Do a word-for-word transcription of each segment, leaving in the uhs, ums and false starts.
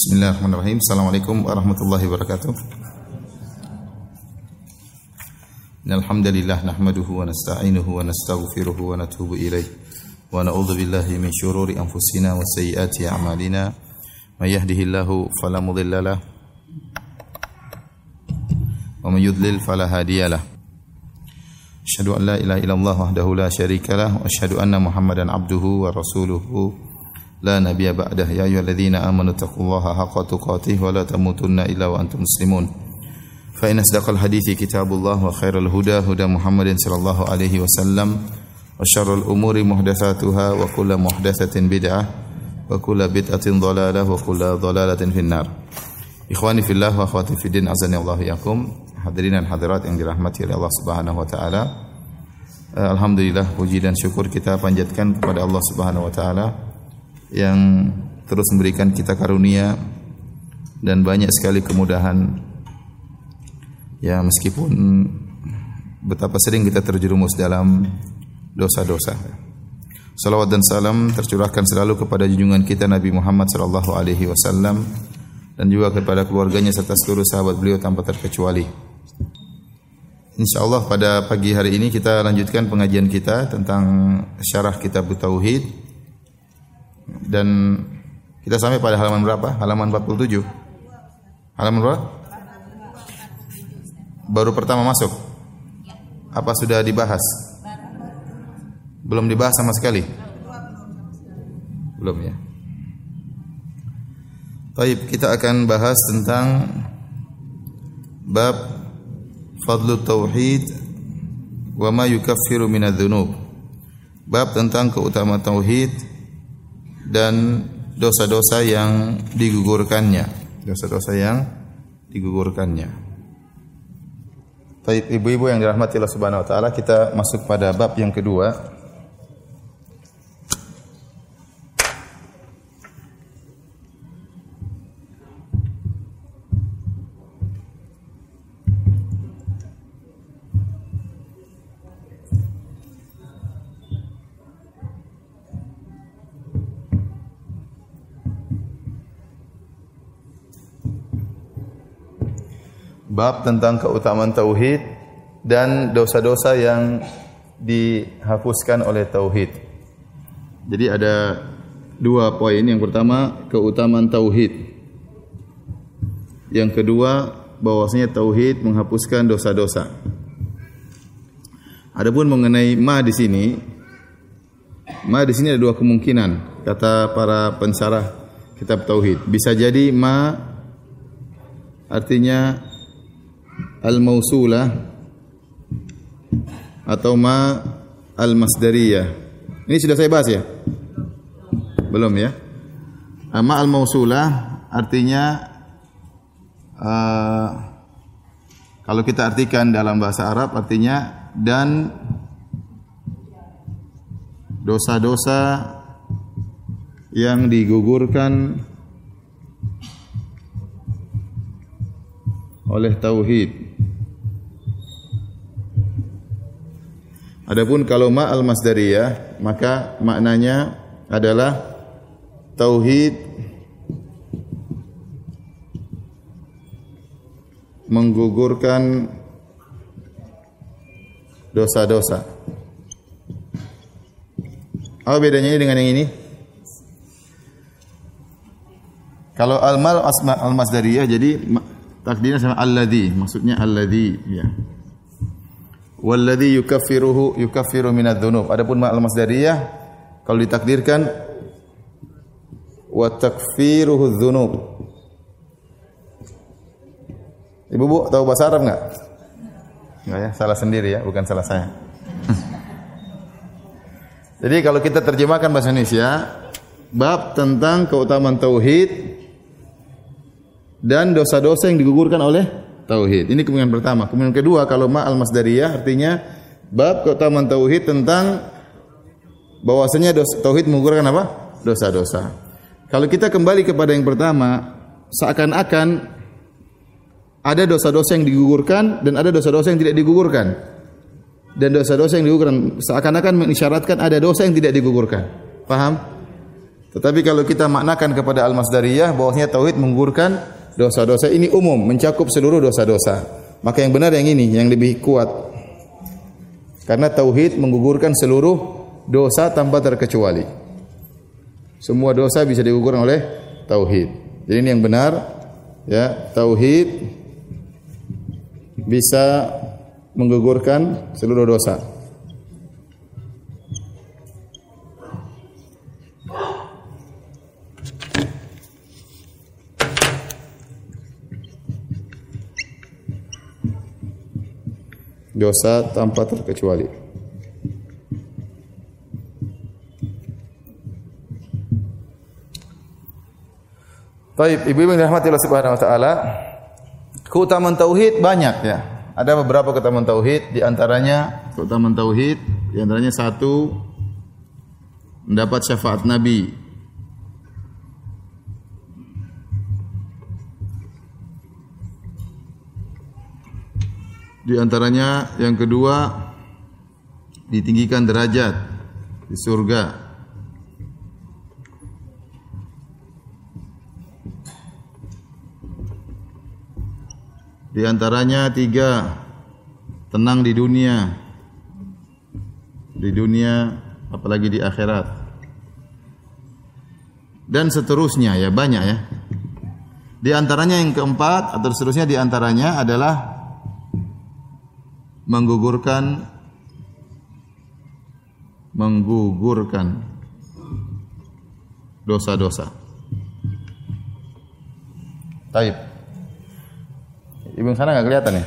Bismillahirrahmanirrahim. Assalamualaikum warahmatullahi wabarakatuh. Alhamdulillah nahmaduhu wa nasta'inuhu wa nastaghfiruhu wa natubu ilaih. Wa na'udzu billahi min syururi anfusina wa sayyiati a'malina. May yahdihillahu fala mudilla lahu wa may yudlil fala hadiyalah. Asyhadu an la ilaha illallah wahdahu la syarika lah wa asyhadu anna Muhammadan abduhu wa rasuluhu la nabiyya ba'dah. Ya ayyuhalladzina amanu taqullaha haqqa tuqatih wa la tamutunna illa wa antum muslimun. Fa inna asdaqal hadithi kitabullah wa khairal huda huda Muhammadin sallallahu alaihi wasallam wa syarrul umuri muhdatsatuha wa kullu muhdatsatin bid'ah wa kullu bid'atin dhalalah wa kullu dhalalatin finnar. Ikhwani fillah wa akhwati fiddin azani Allah yakum. Hadirin dan hadirat yang dirahmati oleh Allah Subhanahu wa taala. Alhamdulillah puji dan syukur kita panjatkan kepada Allah Subhanahu wa taala yang terus memberikan kita karunia dan banyak sekali kemudahan. Ya, meskipun betapa sering kita terjerumus dalam dosa-dosa. Salawat dan salam tercurahkan selalu kepada junjungan kita Nabi Muhammad sallallahu alaihi wasallam dan juga kepada keluarganya serta seluruh sahabat beliau tanpa terkecuali. Insyaallah pada pagi hari ini kita lanjutkan pengajian kita tentang syarah kitab Tauhid. Dan kita sampai pada halaman berapa? Halaman empat puluh tujuh. Halaman berapa? Baru pertama masuk. Apa sudah dibahas? Belum dibahas sama sekali? Belum ya. Baik, kita akan bahas tentang bab fadlu tauhid wa ma yukaffiru minadz-dzunub. Bab tentang keutamaan tauhid dan dosa-dosa yang digugurkannya, dosa-dosa yang digugurkannya. Baik, ibu-ibu yang dirahmati Allah Subhanahu wa taala, kita masuk pada bab yang kedua. Bab tentang keutamaan tauhid dan dosa-dosa yang dihapuskan oleh tauhid. Jadi ada dua poin. Yang pertama, keutamaan tauhid. Yang kedua, bahwasanya tauhid menghapuskan dosa-dosa. Adapun mengenai ma di sini, ma di sini ada dua kemungkinan kata para pensyarah kitab tauhid. Bisa jadi ma artinya al-mausulah atau ma al-masdariyah. Ini sudah saya bahas ya? Belum ya? Ma al-mausulah artinya uh, kalau kita artikan dalam bahasa Arab artinya dan dosa-dosa yang digugurkan oleh tauhid. Adapun kalau ma al-masdariyah, maka maknanya adalah tauhid menggugurkan dosa-dosa. Apa bedanya dengan yang ini? Kalau al-mal asma al-masdariyah jadi takdirnya sama alladzi, maksudnya alladzi ya. Walladzi yukaffiruhu yukaffiru minadz-dzunub. Adapun ma'al masdariyah kalau ditakdirkan wa takfiruhu dzunub. Ibu Bu tahu bahasa Arab enggak? Enggak ya, salah sendiri ya, bukan salah saya. Jadi kalau kita terjemahkan bahasa Indonesia, bab tentang keutamaan tauhid dan dosa-dosa yang digugurkan oleh tauhid. Ini kemungkinan pertama. Kemungkinan kedua, kalau ma al-masdariyah artinya bab keutamaan tauhid tentang bahwasanya dosa, tauhid menggugurkan apa? Dosa-dosa. Kalau kita kembali kepada yang pertama, seakan-akan ada dosa-dosa yang digugurkan dan ada dosa-dosa yang tidak digugurkan. Dan dosa-dosa yang digugurkan seakan-akan mengisyaratkan ada dosa yang tidak digugurkan. Paham? Tetapi kalau kita maknakan kepada al-masdariyah bahwasanya tauhid menggugurkan dosa-dosa, ini umum, mencakup seluruh dosa-dosa. Maka yang benar yang ini, yang lebih kuat. Karena tauhid menggugurkan seluruh dosa tanpa terkecuali. Semua dosa bisa digugurkan oleh tauhid. Jadi ini yang benar, ya, tauhid bisa menggugurkan seluruh dosa. Dosa tanpa terkecuali. Baik, ibu-ibu yang dirahmati Allah Subhanahu wa taala, keutamaan tauhid banyak ya. Ada beberapa keutamaan tauhid, di antaranya keutamaan tauhid, di antaranya satu, mendapat syafaat Nabi. Di antaranya yang kedua, ditinggikan derajat di surga. Di antaranya tiga, tenang di dunia, di dunia apalagi di akhirat. Dan seterusnya ya, banyak ya. Di antaranya yang keempat atau seterusnya di antaranya adalah menggugurkan menggugurkan dosa-dosa. Taib. Ibu sana enggak kelihatan ya?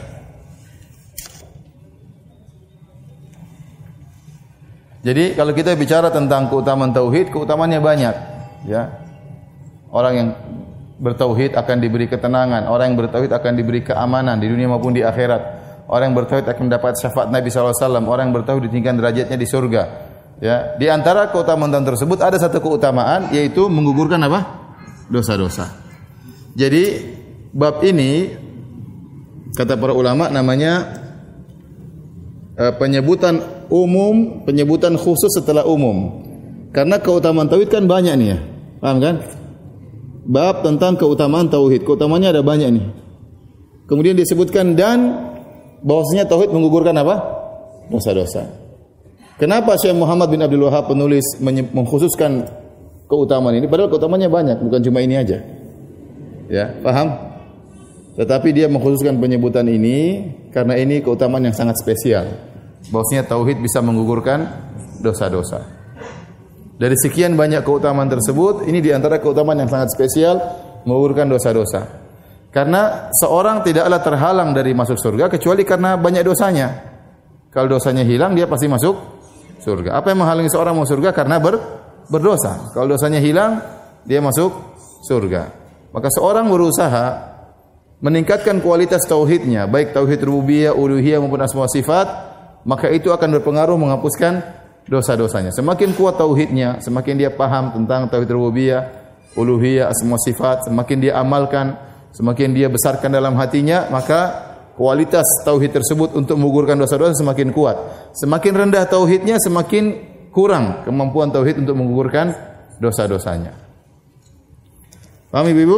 Jadi kalau kita bicara tentang keutamaan tauhid, keutamaannya banyak, ya. Orang yang bertauhid akan diberi ketenangan, orang yang bertauhid akan diberi keamanan di dunia maupun di akhirat. Orang yang bertauhid akan mendapat syafaat Nabi sallallahu alaihi wasallam. Orang yang bertauhid ditinggikan derajatnya di surga. Ya, di antara keutamaan tersebut ada satu keutamaan, yaitu menggugurkan apa? Dosa-dosa. Jadi bab ini kata para ulama namanya uh, penyebutan umum, penyebutan khusus setelah umum. Karena keutamaan tauhid kan banyak nih ya. Paham kan? Bab tentang keutamaan tauhid, keutamaannya ada banyak nih. Kemudian disebutkan dan bahwasanya tauhid menggugurkan apa? Dosa-dosa. Kenapa Syekh Muhammad bin Abdul Wahhab penulis mengkhususkan keutamaan ini? Padahal keutamaannya banyak, bukan cuma ini aja. Ya, paham? Tetapi dia mengkhususkan penyebutan ini karena ini keutamaan yang sangat spesial. Bahwasanya tauhid bisa menggugurkan dosa-dosa. Dari sekian banyak keutamaan tersebut, ini di antara keutamaan yang sangat spesial, menggugurkan dosa-dosa. Karena seorang tidaklah terhalang dari masuk surga kecuali karena banyak dosanya. Kalau dosanya hilang, dia pasti masuk surga. Apa yang menghalangi seorang masuk surga? Karena ber, berdosa. Kalau dosanya hilang, dia masuk surga. Maka seorang berusaha meningkatkan kualitas tauhidnya, baik tauhid rububiyah, uluhiyah maupun asma wa sifat, maka itu akan berpengaruh menghapuskan dosa-dosanya. Semakin kuat tauhidnya, semakin dia paham tentang tauhid rububiyah, uluhiyah, asma wa sifat, semakin dia amalkan, semakin dia besarkan dalam hatinya, maka kualitas tauhid tersebut untuk menggugurkan dosa-dosa semakin kuat. Semakin rendah tauhidnya, semakin kurang kemampuan tauhid untuk menggugurkan dosa-dosanya. Paham Ibu-ibu?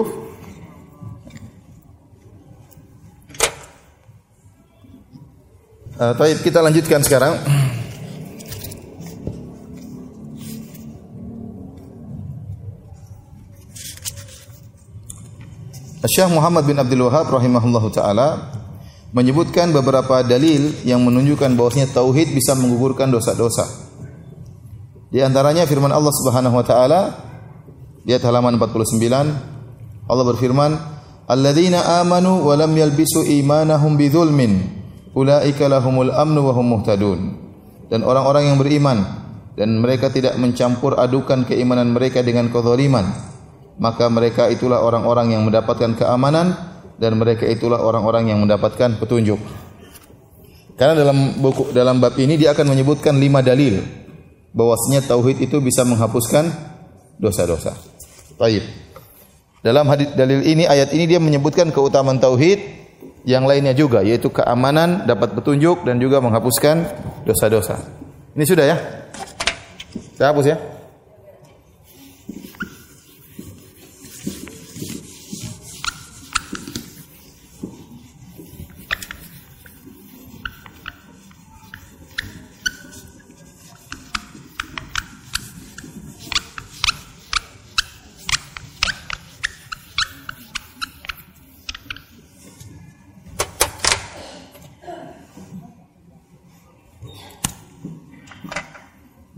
Uh, Taib, kita lanjutkan sekarang. Syekh Muhammad bin Abdul Wahhab rahimahullahu taala menyebutkan beberapa dalil yang menunjukkan bahwasanya tauhid bisa menggugurkan dosa-dosa. Di antaranya firman Allah Subhanahu wa taala di ayat halaman empat puluh sembilan, Allah berfirman, "Alladzina amanu wa lam yalbisu imanahum bidzulmin, ulaika lahumul amnu wa hum muhtadun." Dan orang-orang yang beriman dan mereka tidak mencampur adukan keimanan mereka dengan kezaliman, maka mereka itulah orang-orang yang mendapatkan keamanan dan mereka itulah orang-orang yang mendapatkan petunjuk. Karena dalam buku dalam bab ini dia akan menyebutkan lima dalil bahwasanya tauhid itu bisa menghapuskan dosa-dosa. Baik. Dalam hadis dalil ini, ayat ini dia menyebutkan keutamaan tauhid yang lainnya juga, yaitu keamanan, dapat petunjuk dan juga menghapuskan dosa-dosa. Ini sudah ya? Saya hapus ya.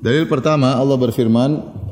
Dalil pertama, Allah berfirman,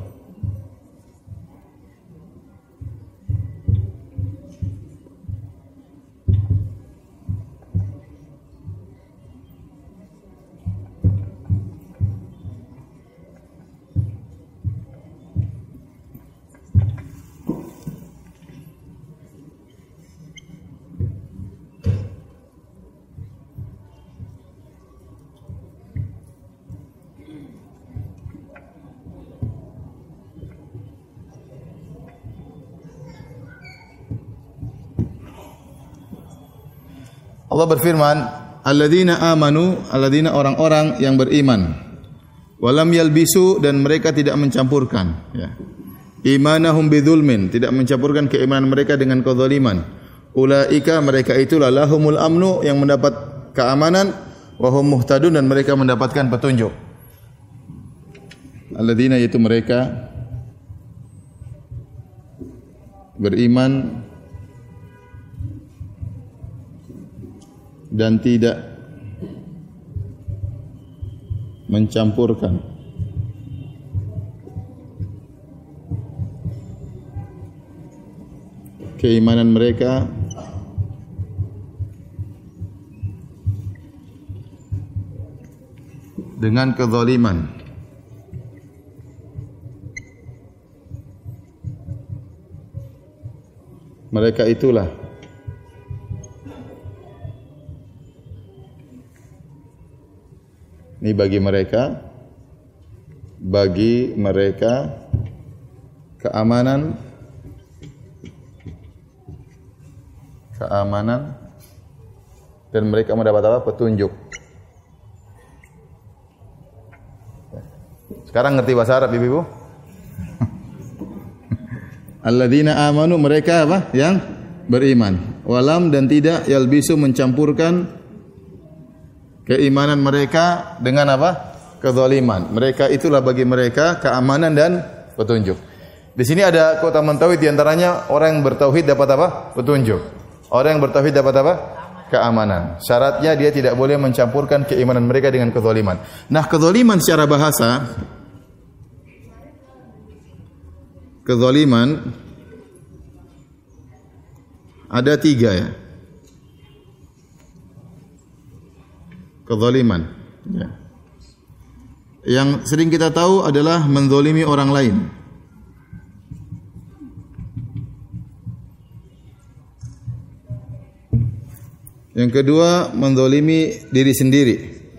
Allah berfirman, alladzina amanu, alladzina orang-orang yang beriman, walam yalbisu, dan mereka tidak mencampurkan, ya, imanahum bidzulmin, tidak mencampurkan keimanan mereka dengan kezaliman. Ulaika, mereka itulah lahumul amnu, yang mendapat keamanan, wa hum muhtadun, dan mereka mendapatkan petunjuk. Alladzina, yaitu mereka beriman dan tidak mencampurkan keimanan mereka dengan kezaliman. Mereka itulah ini bagi mereka, bagi mereka keamanan, keamanan, dan mereka mendapat apa? Petunjuk. Sekarang ngerti bahasa Arab, Ibu? Alladzina amanu, mereka apa? Yang beriman. Walam, dan tidak yalbisu, mencampurkan keimanan mereka dengan apa? Kezaliman. Mereka itulah bagi mereka keamanan dan petunjuk. Di sini ada keutamaan tauhid, di antaranya orang yang bertauhid dapat apa? Petunjuk. Orang yang bertauhid dapat apa? Keamanan. Syaratnya dia tidak boleh mencampurkan keimanan mereka dengan kezaliman. Nah, kezaliman secara bahasa, kezaliman ada tiga, ya. Kezaliman, ya. Yang sering kita tahu adalah menzalimi orang lain. Yang kedua, menzalimi diri sendiri.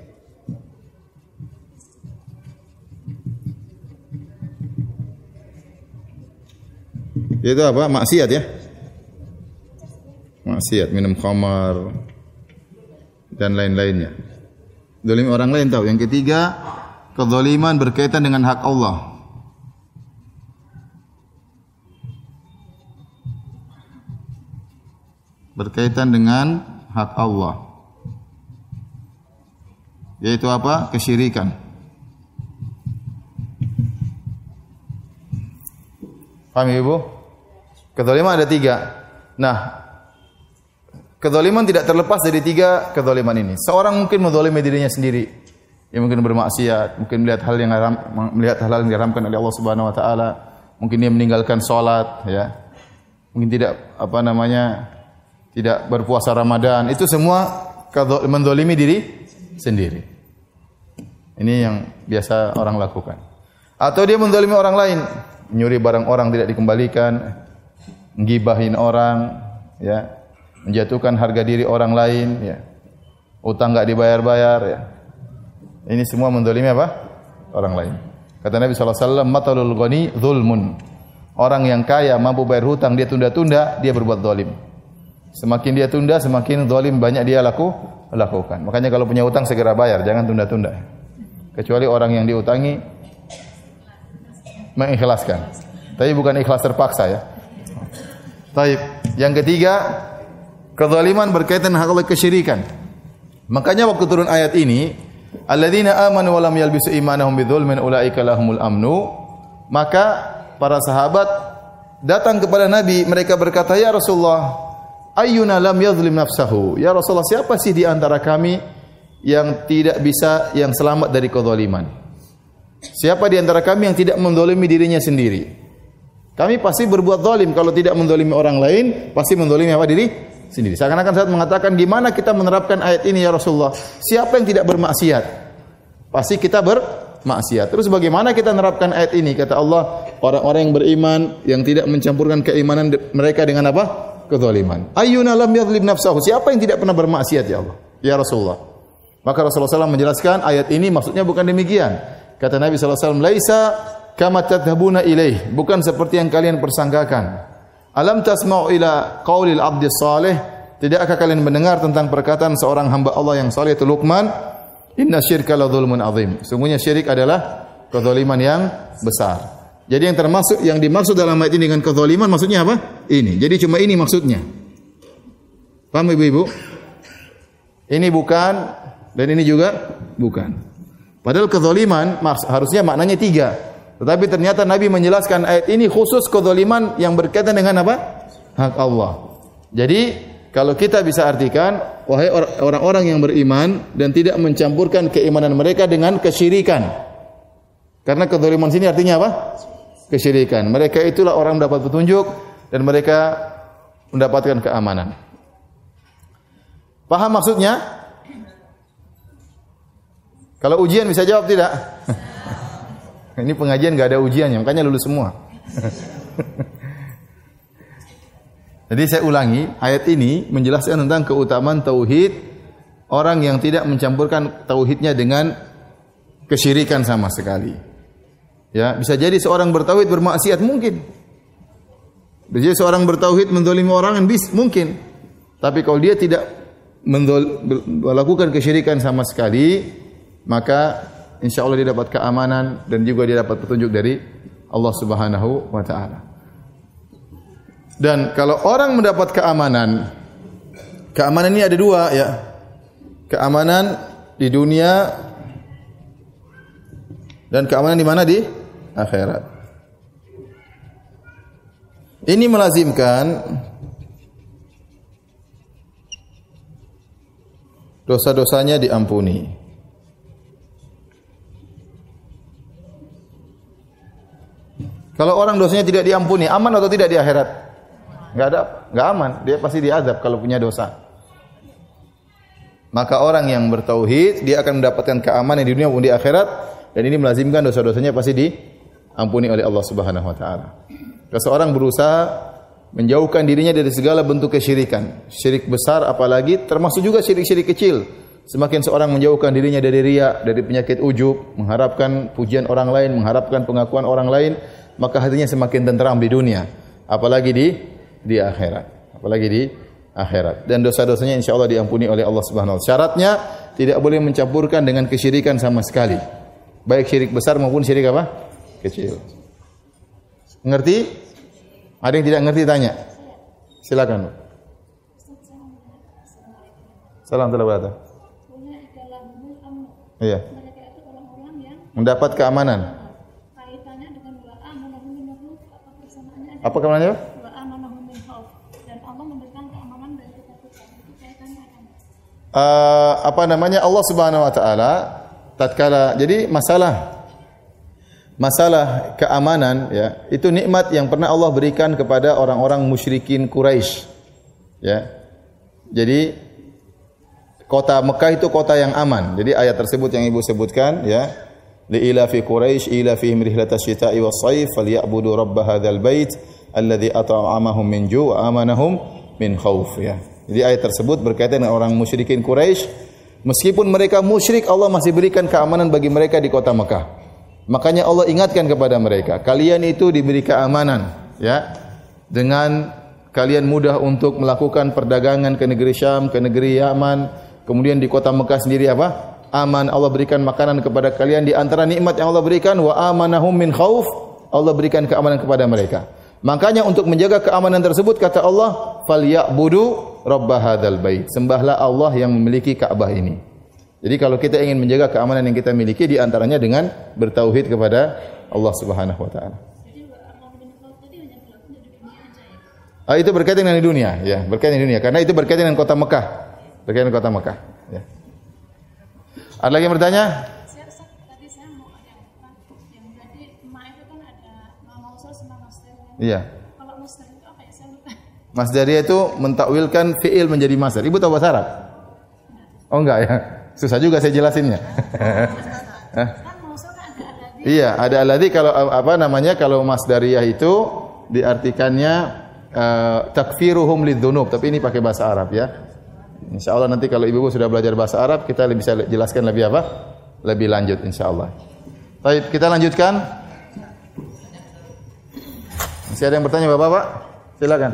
Itu apa? Maksiat, ya. Maksiat, minum khamar dan lain-lainnya. Zalimi orang lain tahu. Yang ketiga, kezaliman berkaitan dengan hak Allah. Berkaitan dengan hak Allah. Yaitu apa? Kesyirikan. Paham, Ibu? Kezaliman ada tiga. Nah, kezaliman tidak terlepas dari tiga kezaliman ini. Seorang mungkin menzalimi dirinya sendiri. Dia mungkin bermaksiat, mungkin melihat hal yang haram, melihat hal yang diharamkan oleh Allah Subhanahu wa taala. Mungkin dia meninggalkan salat, ya. Mungkin tidak apa namanya? Tidak berpuasa Ramadan. Itu semua menzalimi diri sendiri. Ini yang biasa orang lakukan. Atau dia menzalimi orang lain, menyuri barang orang tidak dikembalikan, nggibahin orang, ya. Menjatuhkan harga diri orang lain, ya. Utang enggak dibayar-bayar, ya. Ini semua menzalimi apa? Orang lain. Kata Nabi sallallahu alaihi wasallam, matalul ghani dzulmun. Orang yang kaya mampu bayar hutang, dia tunda-tunda, dia berbuat zalim. Semakin dia tunda, semakin zalim banyak dia laku lakukan. Makanya kalau punya hutang segera bayar, jangan tunda-tunda. Kecuali orang yang diutangi mengikhlaskan. Tapi bukan ikhlas terpaksa, ya. Baik. Yang ketiga, kezaliman berkaitan dengan hak Allah, kesyirikan. Makanya waktu turun ayat ini, alladzina amanu wa lam yalbisu imanahum bidzulmin ulaika lahumul amnu, maka para sahabat datang kepada Nabi, mereka berkata, "Ya Rasulullah, ayyuna lam yadhlim nafsahu?" Ya Rasulullah, siapa sih di antara kami yang tidak bisa, yang selamat dari kezaliman? Siapa di antara kami yang tidak mendolimi dirinya sendiri? Kami pasti berbuat zalim. Kalau tidak mendolimi orang lain, pasti mendolimi apa diri sendiri. Seakan-akan saat mengatakan, di mana kita menerapkan ayat ini ya Rasulullah? Siapa yang tidak bermaksiat? Pasti kita bermaksiat. Terus bagaimana kita menerapkan ayat ini? Kata Allah, orang-orang yang beriman yang tidak mencampurkan keimanan mereka dengan apa? Kezaliman. Ayyuna lam yadhlim nafsahu. Siapa yang tidak pernah bermaksiat ya Allah? Ya Rasulullah. Maka Rasulullah shallallahu alaihi wasallam menjelaskan ayat ini maksudnya bukan demikian. Kata Nabi shallallahu alaihi wasallam, "Laisa kama tadhhabuna ilaih." Bukan seperti yang kalian persangkakan. Alam tasma'u ila qaulil abdi salih? Tidakkah kalian mendengar tentang perkataan seorang hamba Allah yang saleh itu Luqman? Inna syirka la dzulmun adzim. Sungguhnya syirik adalah kezaliman yang besar. Jadi yang termasuk yang dimaksud dalam ayat ini dengan kezaliman maksudnya apa? Ini. Jadi cuma ini maksudnya. Paham Ibu-ibu? Ini bukan dan ini juga bukan. Padahal kezaliman harusnya maknanya tiga. Tetapi ternyata Nabi menjelaskan ayat ini khusus kezaliman yang berkaitan dengan apa? Hak Allah. Jadi kalau kita bisa artikan, wahai orang-orang yang beriman dan tidak mencampurkan keimanan mereka dengan kesyirikan. Karena kezaliman sini artinya apa? Kesyirikan. Mereka itulah orang mendapat petunjuk dan mereka mendapatkan keamanan. Paham maksudnya? Kalau ujian bisa jawab tidak? Ini pengajian enggak ada ujiannya, makanya lulus semua. Jadi saya ulangi, ayat ini menjelaskan tentang keutamaan tauhid orang yang tidak mencampurkan tauhidnya dengan kesyirikan sama sekali. Ya, bisa jadi seorang bertauhid bermaksiat mungkin. Bisa jadi seorang bertauhid menzalimi orang bis mungkin. Tapi kalau dia tidak mendol, melakukan kesyirikan sama sekali, maka insya Allah dia dapat keamanan dan juga dia dapat petunjuk dari Allah Subhanahu wa taala. Dan kalau orang mendapat keamanan, keamanan ini ada dua ya. Keamanan di dunia dan keamanan di mana? Di akhirat. Ini melazimkan dosa-dosanya diampuni. Kalau orang dosanya tidak diampuni, aman atau tidak di akhirat? Enggak ada, enggak aman. Dia pasti diazab kalau punya dosa. Maka orang yang bertauhid, dia akan mendapatkan keamanan di dunia maupun di akhirat, dan ini melazimkan dosa-dosanya pasti diampuni oleh Allah Subhanahu wa taala. Seseorang berusaha menjauhkan dirinya dari segala bentuk kesyirikan. Syirik besar apalagi, termasuk juga syirik-syirik kecil. Semakin seorang menjauhkan dirinya dari riya, dari penyakit ujub, mengharapkan pujian orang lain, mengharapkan pengakuan orang lain, maka hatinya semakin tenteram di dunia, apalagi di di akhirat, apalagi di akhirat. Dan dosa-dosanya insyaallah diampuni oleh Allah Subhanahu wa taala. Syaratnya tidak boleh mencampurkan dengan kesyirikan sama sekali. Baik syirik besar maupun syirik apa? Kecil. Ngerti? Ada yang tidak ngerti tanya. Silakan. Salam alaikum. Iya. Mendapat keamanan. Apa keamanannya? Uh, apa namanya Allah Subhanahu wa taala tatkala jadi masalah masalah keamanan ya itu nikmat yang pernah Allah berikan kepada orang-orang musyrikin Quraisy ya. Jadi kota Mekah itu kota yang aman. Jadi ayat tersebut yang Ibu sebutkan ya, li ila fi Quraisy ila fihim rihlatash shita'i was-shaif falyabudu rabb hadzal bait alladzi at'amahum min ju' wa amanahum min khauf ya. Jadi ayat tersebut berkaitan dengan orang musyrikin Quraisy. Meskipun mereka musyrik, Allah masih berikan keamanan bagi mereka di kota Mekah. Makanya Allah ingatkan kepada mereka, kalian itu diberi keamanan ya. Dengan kalian mudah untuk melakukan perdagangan ke negeri Syam, ke negeri Yaman, kemudian di kota Mekah sendiri apa? Aman. Allah berikan makanan kepada kalian. Di antara nikmat yang Allah berikan, wa amanahum min khauf, Allah berikan keamanan kepada mereka. Makanya untuk menjaga keamanan tersebut kata Allah, falyabudu rabb hadzal bait. Sembahlah Allah yang memiliki Ka'bah ini. Jadi kalau kita ingin menjaga keamanan yang kita miliki di antaranya dengan bertauhid kepada Allah Subhanahu wa taala. Ah, itu berkaitan dengan dunia, ya, berkaitan dengan dunia karena itu berkaitan dengan kota Mekah. Berkaitan dengan kota Mekah, ya. Ada lagi yang bertanya? Iya. Kalau masdar itu apa ya? Saya lupa. Masdariyah itu mentakwilkan fi'il menjadi masdar. Ibu tahu bahasa Arab? Oh enggak ya. Susah juga saya jelasinnya. Iya, ada alladzi kalau apa namanya kalau masdariyah itu diartikannya uh, takfiruhum lidzunub, tapi ini pakai bahasa Arab ya. Insyaallah nanti kalau ibu-ibu sudah belajar bahasa Arab kita bisa jelaskan lebih apa? Lebih lanjut insyaallah. Baik, kita lanjutkan. Masih ada yang bertanya Bapak-bapak? Silakan.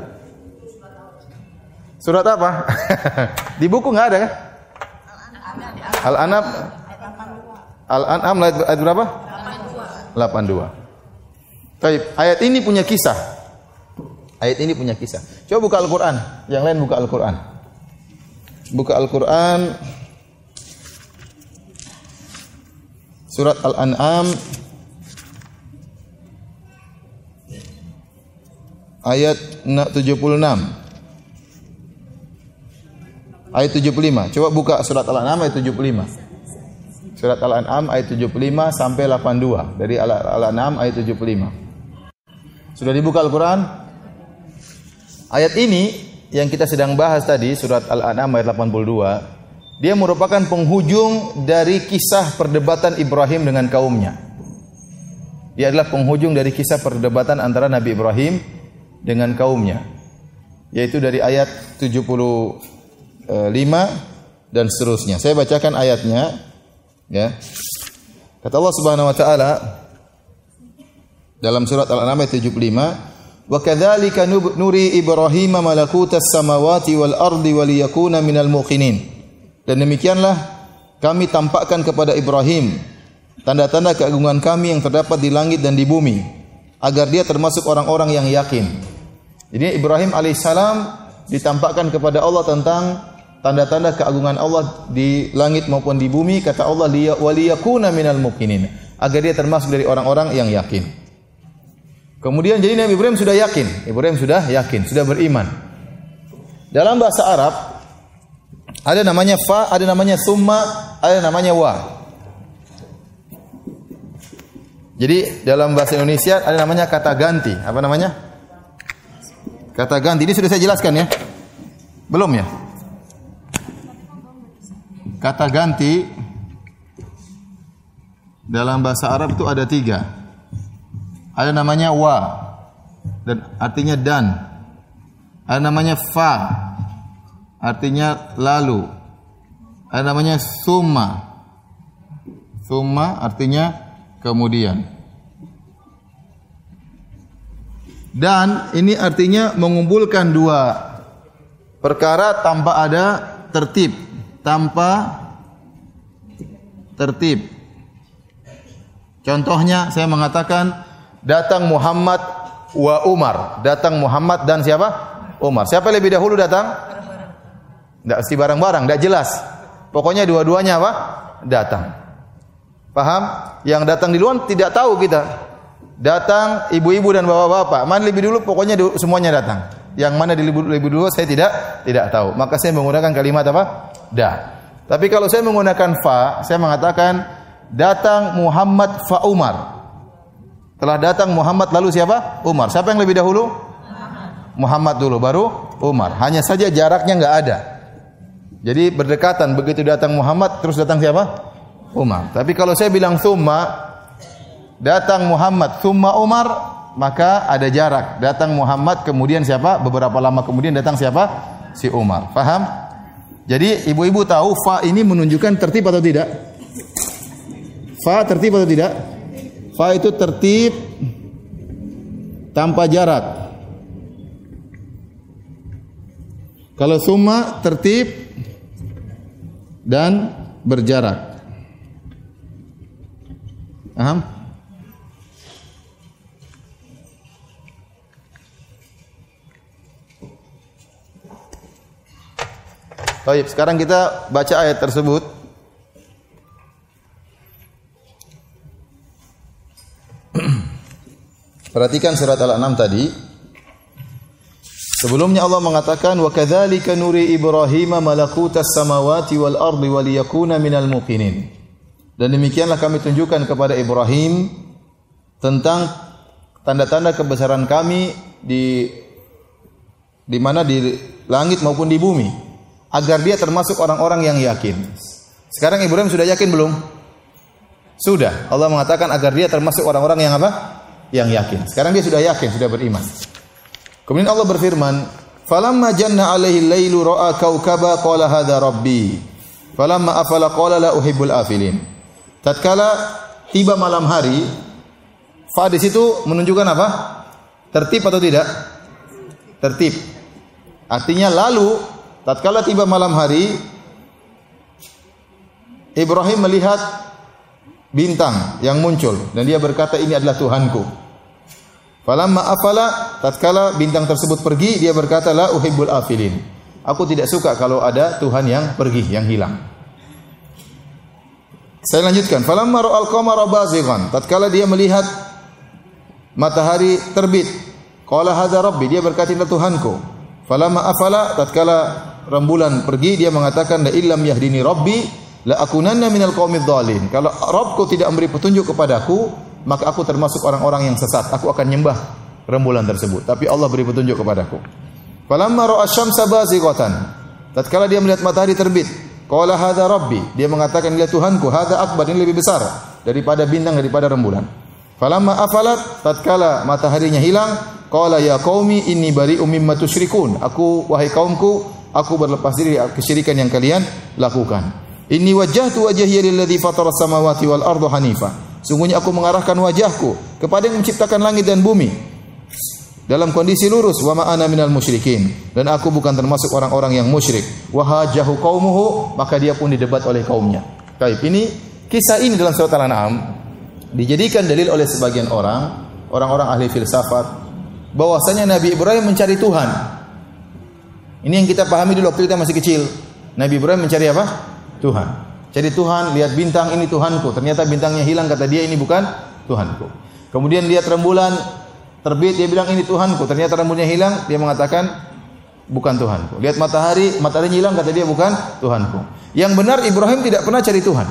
Surat apa? Di buku enggak ada kan? Al-An'am. Al-An'am ayat berapa? delapan puluh dua. Baik, ayat ini punya kisah. Ayat ini punya kisah. Coba buka Al-Qur'an. Yang lain buka Al-Qur'an. Buka Al-Qur'an. Surat Al-An'am ayat tujuh puluh enam. Ayat tujuh puluh lima. Coba buka surat Al-An'am ayat tujuh puluh lima. Surat Al-An'am ayat tujuh puluh lima sampai delapan puluh dua. Dari Al-An'am ayat tujuh puluh lima. Sudah dibuka Al-Quran? Ayat ini yang kita sedang bahas tadi, surat Al-An'am ayat delapan puluh dua, dia merupakan penghujung dari kisah perdebatan Ibrahim dengan kaumnya. Dia adalah penghujung dari kisah perdebatan antara Nabi Ibrahim dengan kaumnya. Yaitu dari ayat tujuh puluh lima dan seterusnya. Saya bacakan ayatnya. Ya. Kata Allah Subhanahu wa taala dalam surat Al-An'am ayat tujuh puluh lima, "Wa kadzalika nuri Ibrahim malakutas samawati wal ardi wa liyakuna minal muqinin." Dan demikianlah kami tampakkan kepada Ibrahim tanda-tanda keagungan kami yang terdapat di langit dan di bumi, agar dia termasuk orang-orang yang yakin. Jadi Ibrahim alaihissalam ditampakkan kepada Allah tentang tanda-tanda keagungan Allah di langit maupun di bumi, kata Allah waliyakuna minal muqinin, agar dia termasuk dari orang-orang yang yakin. Kemudian jadi Nabi Ibrahim sudah yakin, Ibrahim sudah yakin, sudah beriman. Dalam bahasa Arab ada namanya fa, ada namanya summa, ada namanya wa. Jadi dalam bahasa Indonesia ada namanya kata ganti. Apa namanya? Kata ganti. Ini sudah saya jelaskan ya? Belum ya? Kata ganti dalam bahasa Arab itu ada tiga. Ada namanya wa, dan artinya dan. Ada namanya fa, artinya lalu. Ada namanya summa. Summa artinya kemudian. Dan ini artinya mengumpulkan dua perkara tanpa ada tertib. Tanpa tertib. Contohnya saya mengatakan datang Muhammad wa Umar. Datang Muhammad dan siapa? Umar. Siapa lebih dahulu datang? Tidak mesti bareng-bareng, tidak jelas. Pokoknya dua-duanya apa? Datang. Paham? Yang datang di luar tidak tahu kita. Datang ibu-ibu dan bapak-bapak. Mana lebih dulu? Pokoknya semuanya datang. Yang mana lebih dulu saya tidak tidak tahu. Maka saya menggunakan kalimat apa? Da. Tapi kalau saya menggunakan fa, saya mengatakan datang Muhammad fa Umar. Telah datang Muhammad lalu siapa? Umar. Siapa yang lebih dahulu? Muhammad, Muhammad dulu baru Umar. Hanya saja jaraknya enggak ada. Jadi berdekatan, begitu datang Muhammad terus datang siapa? Umar. Tapi kalau saya bilang summa, datang Muhammad summa Umar, maka ada jarak. Datang Muhammad kemudian siapa? Beberapa lama kemudian datang siapa? Si Umar. Paham? Jadi ibu-ibu tahu fa ini menunjukkan tertib atau tidak? Fa tertib atau tidak? Fa itu tertib tanpa jarak. Kalau summa tertib dan berjarak. Paham? Baik, sekarang kita baca ayat tersebut. Perhatikan surat Al-An'am tadi. Sebelumnya Allah mengatakan wa kadzalika nuri Ibrahim malakutas samawati wal ardi wa liyakuna minal muqinin. Dan demikianlah kami tunjukkan kepada Ibrahim tentang tanda-tanda kebesaran kami di di mana di langit maupun di bumi, agar dia termasuk orang-orang yang yakin. Sekarang Ibrahim sudah yakin belum? Sudah. Allah mengatakan agar dia termasuk orang-orang yang apa? Yang yakin. Sekarang dia sudah yakin, sudah beriman. Kemudian Allah berfirman, "Falamma janna 'alaihi al-lailu ra'a kaukaba qala hadza rabbi. Falamma afala qala la uhibbul afilin." Tatkala tiba malam hari, fa di situ menunjukkan apa? Tertib atau tidak? Tertib. Artinya lalu tatkala tiba malam hari, Ibrahim melihat bintang yang muncul dan dia berkata, ini adalah Tuhanku. Falamma afala, tatkala bintang tersebut pergi, dia berkata, la uhibbul afilin. Aku tidak suka kalau ada Tuhan yang pergi, yang hilang. Saya lanjutkan. Falamma ra'al qamara bazighan, tatkala dia melihat matahari terbit, qala hadza rabbi, dia berkata, ini Tuhanku. Falamma afala, tatkala rembulan pergi, dia mengatakan, la illam yahdini rabbi la akunanna minal qaumidz dhalin. Kalau Rabbku tidak memberi petunjuk kepadaku, maka aku termasuk orang-orang yang sesat. Aku akan nyembah rembulan tersebut. Tapi Allah beri petunjuk kepadaku. Falamma ra'a asy-syamsa bazighatan, tatkala dia melihat matahari terbit, qala hadza rabbi, dia mengatakan ini Tuhanku, hadza akbar, ini lebih besar daripada bintang, daripada rembulan. Falamma afalat, tatkala mataharinya hilang, qala ya qaumi inni bari'um mimma tusyrikun. Aku, wahai kaumku, aku berlepas diri dari kesyirikan yang kalian lakukan. Inni wajjahtu wajhiya lilladzi fatara samawati wal arda hanifa. Sungguhnya aku mengarahkan wajahku kepada yang menciptakan langit dan bumi dalam kondisi lurus. Wa ma ana minal musyrikin, dan aku bukan termasuk orang-orang yang musyrik. Wa hajahu qaumuhu, maka dia pun didebat oleh kaumnya. Baik, ini kisah ini dalam surat Al-An'am dijadikan dalil oleh sebagian orang, orang-orang ahli filsafat, bahwasanya Nabi Ibrahim mencari Tuhan. Ini yang kita pahami dulu waktu kita masih kecil. Nabi Ibrahim mencari apa? Tuhan. Jadi Tuhan, lihat bintang, ini Tuhanku. Ternyata bintangnya hilang, kata dia ini bukan Tuhanku. Kemudian lihat rembulan terbit, dia bilang ini Tuhanku. Ternyata rembulannya hilang, dia mengatakan bukan Tuhanku. Lihat matahari, mataharinya hilang, kata dia bukan Tuhanku. Yang benar Ibrahim tidak pernah cari Tuhan.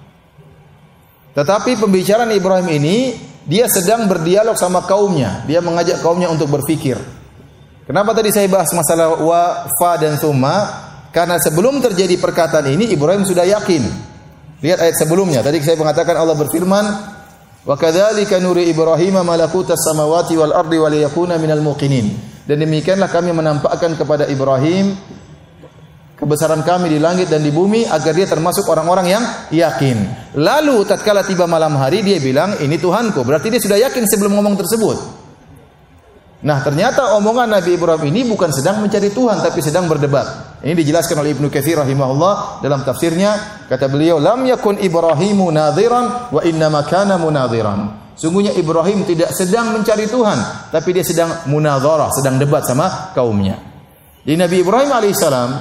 Tetapi pembicaraan Ibrahim ini, dia sedang berdialog sama kaumnya. Dia mengajak kaumnya untuk berfikir. Kenapa tadi saya bahas masalah wa, fa dan thumma? Karena sebelum terjadi perkataan ini Ibrahim sudah yakin. Lihat ayat sebelumnya. Tadi saya mengatakan Allah berfirman, "Wa kadzalika nuri Ibrahim malakutas samawati wal ardi wa liyakuna minal muqinin." Dan demikianlah kami menampakkan kepada Ibrahim kebesaran kami di langit dan di bumi agar dia termasuk orang-orang yang yakin. Lalu tatkala tiba malam hari dia bilang, "Ini Tuhanku." Berarti dia sudah yakin sebelum ngomong tersebut. Nah, ternyata omongan Nabi Ibrahim ini bukan sedang mencari Tuhan, tapi sedang berdebat. Ini dijelaskan oleh Ibnu Katsir rahimahullah dalam tafsirnya. Kata beliau, "Lam yakun Ibrahimu nadhiran wa innama kana munadhiran." Sungguhnya Ibrahim tidak sedang mencari Tuhan, tapi dia sedang munadharah, sedang debat sama kaumnya. Di Nabi Ibrahim alaihissalam,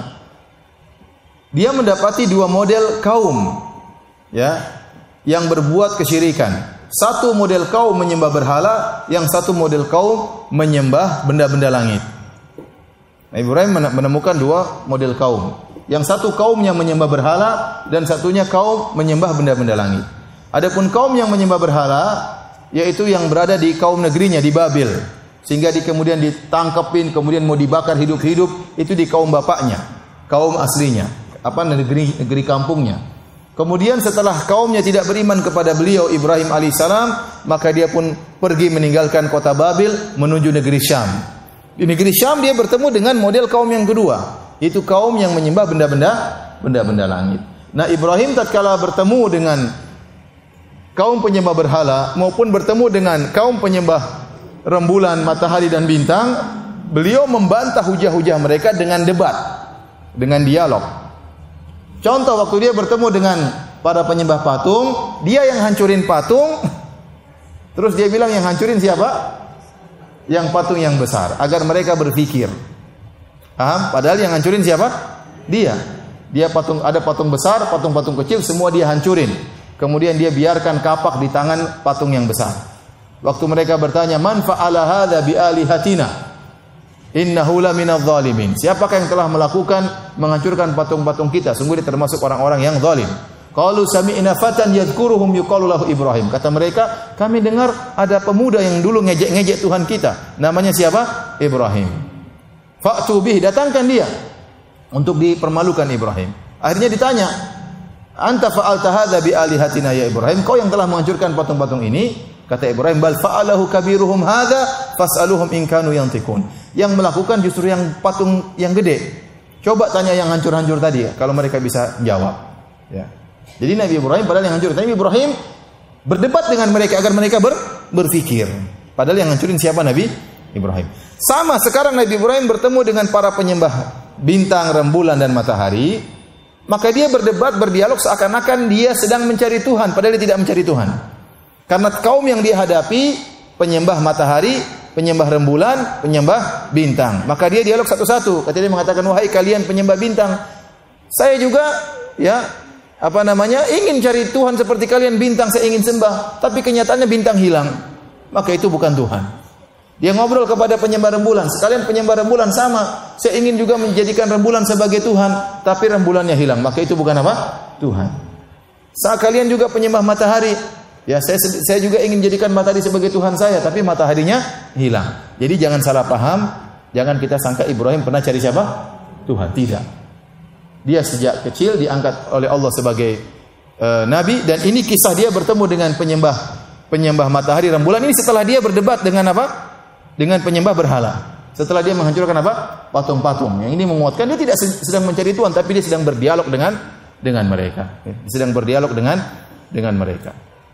dia mendapati dua model kaum, ya, yang berbuat kesyirikan. Satu model kaum menyembah berhala, yang satu model kaum menyembah benda-benda langit. Nabi Ibrahim menemukan dua model kaum. Yang satu kaum yang menyembah berhala dan satunya kaum menyembah benda-benda langit. Adapun kaum yang menyembah berhala, yaitu yang berada di kaum negerinya di Babil, sehingga di kemudian ditangkepin, kemudian mau dibakar hidup-hidup, itu di kaum bapaknya, kaum aslinya, apa negeri negeri kampungnya. Kemudian setelah kaumnya tidak beriman kepada beliau Ibrahim alaihissalam, maka dia pun pergi meninggalkan kota Babil menuju negeri Syam. Di negeri Syam dia bertemu dengan model kaum yang kedua, yaitu kaum yang menyembah benda-benda benda-benda langit. Nah, Ibrahim tatkala bertemu dengan kaum penyembah berhala maupun bertemu dengan kaum penyembah rembulan, matahari dan bintang, beliau membantah hujah-hujah mereka dengan debat, dengan dialog. Contoh waktu dia bertemu dengan para penyembah patung, dia yang hancurin patung, terus dia bilang yang hancurin siapa? Yang patung yang besar, agar mereka berpikir. Paham? Padahal yang hancurin siapa? Dia. Dia patung, ada patung besar, patung-patung kecil, semua dia hancurin. Kemudian dia biarkan kapak di tangan patung yang besar. Waktu mereka bertanya, "Man fa'ala hadza bi alihatina?" Innahu la minadh dhalimin. Siapakah yang telah melakukan menghancurkan patung-patung kita? Sungguh dia termasuk orang-orang yang zalim. Qalu sami'na fatan yadhkuruhum yuqalu lahu Ibrahim. Kata mereka, kami dengar ada pemuda yang dulu ngejek-ngejek Tuhan kita. Namanya siapa? Ibrahim. Fa'tu bih, datangkan dia untuk dipermalukan Ibrahim. Akhirnya ditanya, anta fa'alta hadza bi alihatina ya Ibrahim? Kau yang telah menghancurkan patung-patung ini? Kata Ibrahim, bal fa'alahu kabiruhum hadza fas'aluhum in kanu yantiqun. Yang melakukan justru yang patung yang gede. Coba tanya yang hancur-hancur tadi ya, kalau mereka bisa jawab. Ya. Jadi Nabi Ibrahim padahal yang hancur, Nabi Ibrahim berdebat dengan mereka agar mereka ber, berpikir. Padahal yang hancurin siapa? Nabi Ibrahim. Sama sekarang Nabi Ibrahim bertemu dengan para penyembah bintang, rembulan dan matahari. Maka dia berdebat, berdialog seakan-akan dia sedang mencari Tuhan, padahal dia tidak mencari Tuhan. Karena kaum yang dia hadapi penyembah matahari, penyembah rembulan, penyembah bintang. Maka dia dialog satu-satu. Kata dia mengatakan, wahai kalian penyembah bintang, saya juga ya apa namanya ingin cari Tuhan seperti kalian bintang, saya ingin sembah. Tapi kenyataannya bintang hilang. Maka itu bukan Tuhan. Dia ngobrol kepada penyembah rembulan. Sekalian penyembah rembulan sama. Saya ingin juga menjadikan rembulan sebagai Tuhan. Tapi rembulannya hilang. Maka itu bukan apa? Tuhan. Saat kalian juga penyembah matahari. Ya, saya, saya juga ingin jadikan matahari sebagai Tuhan saya. Tapi mataharinya hilang. Jadi jangan salah paham. Jangan kita sangka Ibrahim pernah cari siapa? Tuhan. Tidak. Dia sejak kecil diangkat oleh Allah sebagai uh, Nabi. Dan ini kisah dia bertemu dengan penyembah penyembah matahari rembulan. Ini setelah dia berdebat dengan apa? Dengan penyembah berhala. Setelah dia menghancurkan apa? Patung-patung. Yang ini menguatkan dia tidak sedang mencari Tuhan, tapi dia sedang berdialog dengan dengan mereka. Dia sedang berdialog dengan dengan mereka.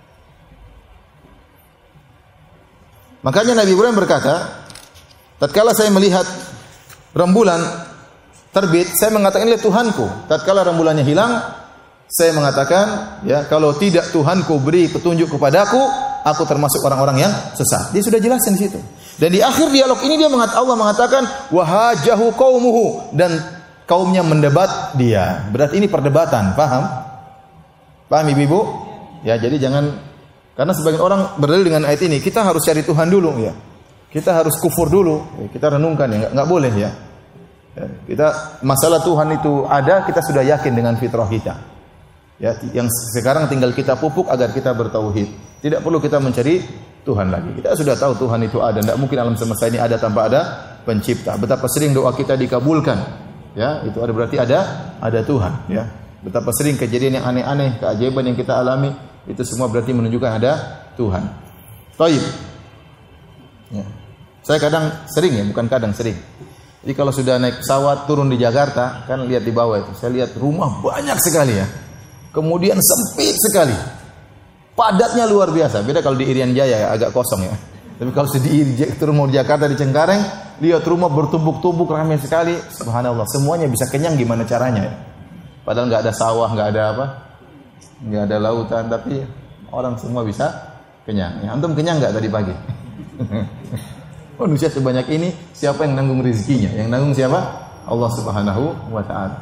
Makanya Nabi Ibrahim berkata, tatkala saya melihat rembulan terbit, saya mengatakan ini Tuhanku. Tatkala rembulannya hilang, saya mengatakan, ya kalau tidak Tuhanku beri petunjuk kepadaku, aku termasuk orang-orang yang sesat. Dia sudah jelaskan di situ. Dan di akhir dialog ini dia mengatakan, Allah mengatakan wahajahu qaumuhu, dan kaumnya mendebat dia. Berarti ini perdebatan, paham? Paham Ibu-ibu? Ya, jadi jangan, karena sebagian orang berdalil dengan ayat ini, kita harus cari Tuhan dulu ya. Kita harus kufur dulu. Ya, kita renungkan ya, enggak, enggak boleh ya. Ya. Kita masalah Tuhan itu ada, kita sudah yakin dengan fitrah kita. Ya, yang sekarang tinggal kita pupuk agar kita bertauhid. Tidak perlu kita mencari Tuhan lagi. Kita sudah tahu Tuhan itu ada. Tidak mungkin alam semesta ini ada tanpa ada pencipta. Betapa sering doa kita dikabulkan. Ya, itu ada berarti ada ada Tuhan. Ya, betapa sering kejadian yang aneh-aneh, keajaiban yang kita alami, itu semua berarti menunjukkan ada Tuhan. Taib. Ya. Saya kadang sering ya, bukan kadang sering. Jadi kalau sudah naik pesawat turun di Jakarta, kan lihat di bawah itu. Saya lihat rumah banyak sekali ya. Kemudian sempit sekali. Padatnya luar biasa. Beda kalau di Irian Jaya ya, agak kosong ya. Tapi kalau di turun mau di Jakarta di Cengkareng, lihat rumah bertumbuk-tumbuk ramai sekali. Subhanallah, semuanya bisa kenyang gimana caranya ya. Padahal nggak ada sawah, nggak ada apa, nggak ada lautan, tapi orang semua bisa kenyang. Ya, antum kenyang nggak tadi pagi? Manusia sebanyak ini, siapa yang nanggung rezekinya? Yang nanggung siapa? Allah Subhanahu wa Ta'ala.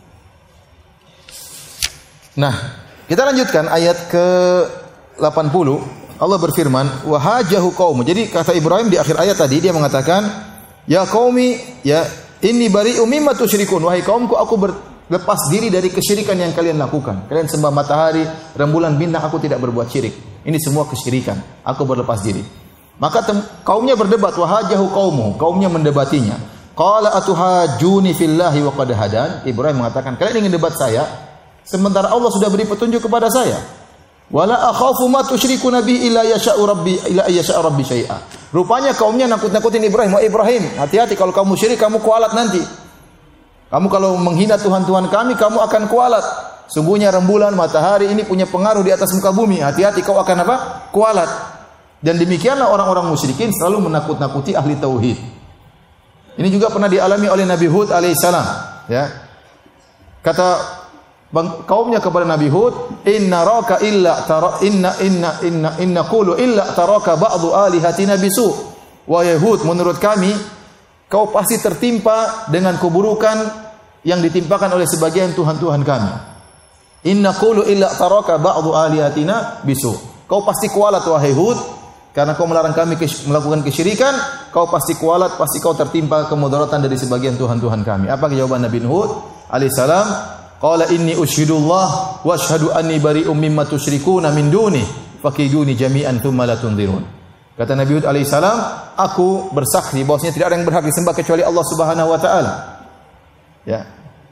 Nah, kita lanjutkan ayat ke delapan puluh. Allah berfirman, wa hajahu qaum. Jadi kata Ibrahim di akhir ayat tadi dia mengatakan, ya qaumi, ya inni bari'um mimma tusyrikun. Wahai kaumku, aku berlepas diri dari kesyirikan yang kalian lakukan. Kalian sembah matahari, rembulan, bintang, aku tidak berbuat syirik. Ini semua kesyirikan. Aku berlepas diri. Maka tem- kaumnya berdebat, wa hajahu qaumuhu. Kaumnya mendebatinya. Qala atuhajuni fillahi wa qad hadan. Ibrahim mengatakan, kalian ingin debat saya sementara Allah sudah beri petunjuk kepada saya. Wala akhafu ma tusyrikuna bi illa yasha'u rabbi illa yasha'u rabbi syai'a. Rupanya kaumnya nakut-nakutin Ibrahim. Wah Ibrahim, hati-hati kalau kamu syirik kamu kualat nanti. Kamu kalau menghina Tuhan-Tuhan kami, kamu akan kualat. Sungguhnya rembulan, matahari ini punya pengaruh di atas muka bumi. Hati-hati kau akan apa? Kualat. Dan demikianlah orang-orang musyrikin selalu menakut-nakuti ahli tauhid. Ini juga pernah dialami oleh Nabi Hud alaihissalam. Ya. Kata kaumnya kepada Nabi Hud, inna raka illa tara inna inna inna inna qulu illa taraka ba'du alihatina bisu. Wa Yahud, menurut kami kau pasti tertimpa dengan keburukan yang ditimpakan oleh sebagian tuhan-tuhan kami. Inna qulu illa taraka ba'du alihatina bisu. Kau pasti kualat wahai Hud karena kau melarang kami melakukan kesyirikan, kau pasti kualat, pasti kau tertimpa kemudaratan dari sebagian tuhan-tuhan kami. Apa jawaban Nabi Hud alaihissalam? Qala inni usyhidullah wa asyhadu anni bari'um mimma tusyrikuna min duni fakiduni jami'an thumma la tunzirun. Kata Nabi Hud alaihi salam, aku bersaksi bahwasanya tidak ada yang berhak disembah kecuali Allah Subhanahu wa taala. Ya.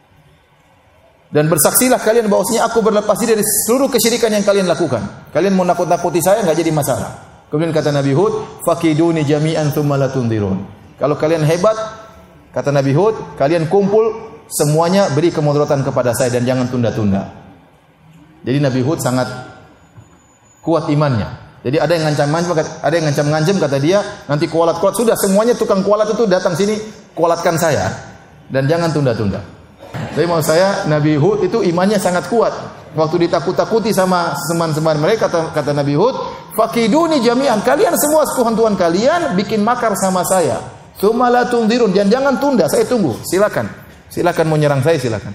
Dan bersaksilah kalian bahwasanya aku berlepas diri dari seluruh kesyirikan yang kalian lakukan. Kalian mau nakut-nakuti saya enggak jadi masalah. Kemudian kata Nabi Hud, fakiduni jami'an thumma la tunzirun. Kalau kalian hebat, kata Nabi Hud, kalian kumpul semuanya beri kemudaratan kepada saya dan jangan tunda-tunda. Jadi Nabi Hud sangat kuat imannya. Jadi ada yang ngancam-ngancam, ada yang ngancam-ngancam kata dia, nanti kualat-kualat sudah semuanya tukang kualat itu datang sini, kualatkan saya dan jangan tunda-tunda. Tapi maksud saya Nabi Hud itu imannya sangat kuat. Waktu ditakut-takuti sama teman-teman mereka kata, kata Nabi Hud, fakiduni jami'an, kalian semua Tuhan-Tuhan kalian bikin makar sama saya. Tsumma la tunzirun, dan jangan tunda, saya tunggu. Silakan. Silakan mau nyerang saya silakan.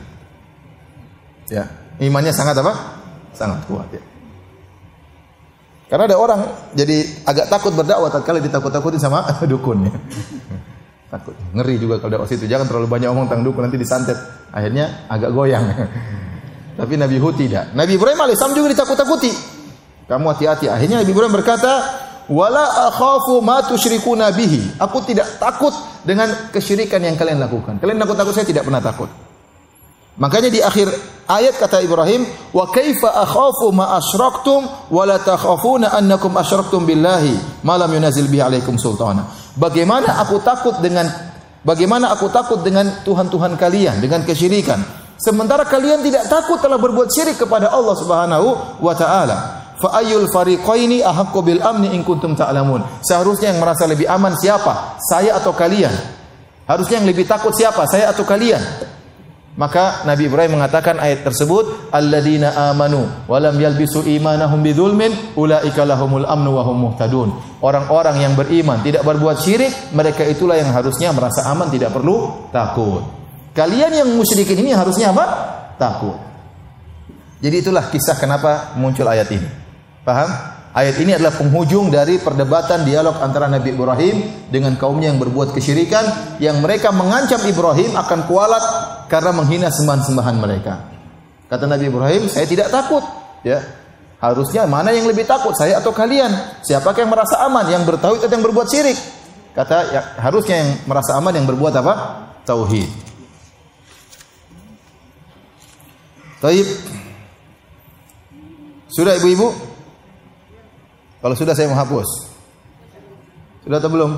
Ya, imannya sangat apa? Sangat kuat ya. Karena ada orang jadi agak takut berdakwah tatkala ditakut-takuti sama dukun ya. Takut. Ngeri juga kalau dakwah situ. Jangan terlalu banyak omong tentang dukun nanti disantet. Akhirnya agak goyang. Tapi Nabi Hud tidak. Nabi Ibrahim alaihissalam juga ditakut-takuti. Kamu hati-hati. Akhirnya Nabi Ibrahim berkata, "Wala akhafu ma tusyrikuna bihi." Aku tidak takut dengan kesyirikan yang kalian lakukan. Kalian takut-takut, saya tidak pernah takut. Makanya di akhir ayat kata Ibrahim, "Wa kaifa akhafu ma asyraktum wa la takhafuna annakum asyraktum billahi ma lam yunazil bihi alaikum sultana." Bagaimana aku takut dengan bagaimana aku takut dengan Tuhan-Tuhan kalian dengan kesyirikan, sementara kalian tidak takut telah berbuat syirik kepada Allah Subhanahu wa taala. Fa ayyul fariqaini ahaqqu bil amni in kuntum ta'lamun. Seharusnya yang merasa lebih aman siapa? Saya atau kalian? Harusnya yang lebih takut siapa? Saya atau kalian? Maka Nabi Ibrahim mengatakan ayat tersebut, alladzina amanu wa lam yalbisu imanahum bidzulmin ulaika lahumul amnu wa hum muhtadun. Orang-orang yang beriman tidak berbuat syirik, mereka itulah yang harusnya merasa aman, tidak perlu takut. Kalian yang musyrikin ini harusnya apa? Takut. Jadi itulah kisah kenapa muncul ayat ini. Paham? Ayat ini adalah penghujung dari perdebatan dialog antara Nabi Ibrahim dengan kaumnya yang berbuat kesyirikan, yang mereka mengancam Ibrahim akan kualat karena menghina sembahan-sembahan mereka. Kata Nabi Ibrahim, saya tidak takut. Ya, harusnya mana yang lebih takut, saya atau kalian? Siapakah yang merasa aman, yang bertauhid atau yang berbuat syirik? Kata ya, harusnya yang merasa aman yang berbuat apa? Tauhid. Taib. Sudah ibu-ibu? Kalau sudah saya menghapus. Sudah atau belum?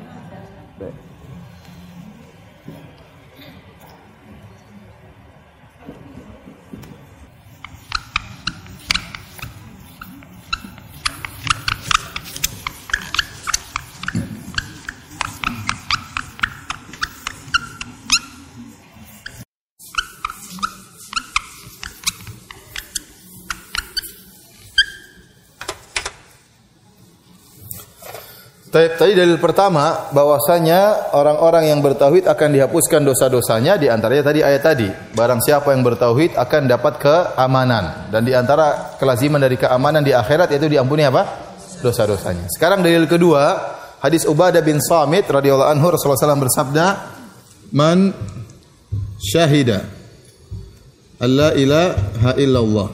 Tadi dalil pertama bahwasanya orang-orang yang bertauhid akan dihapuskan dosa-dosanya, di antaranya tadi ayat tadi, barang siapa yang bertauhid akan dapat keamanan, dan di antara kelaziman dari keamanan di akhirat yaitu diampuni apa? Dosa-dosanya. Sekarang dalil kedua, hadis Ubadah bin Samit radhiyallahu anhu, Rasulullah sallallahu alaihi wasallam bersabda, "Man syahida alla ilaha illallah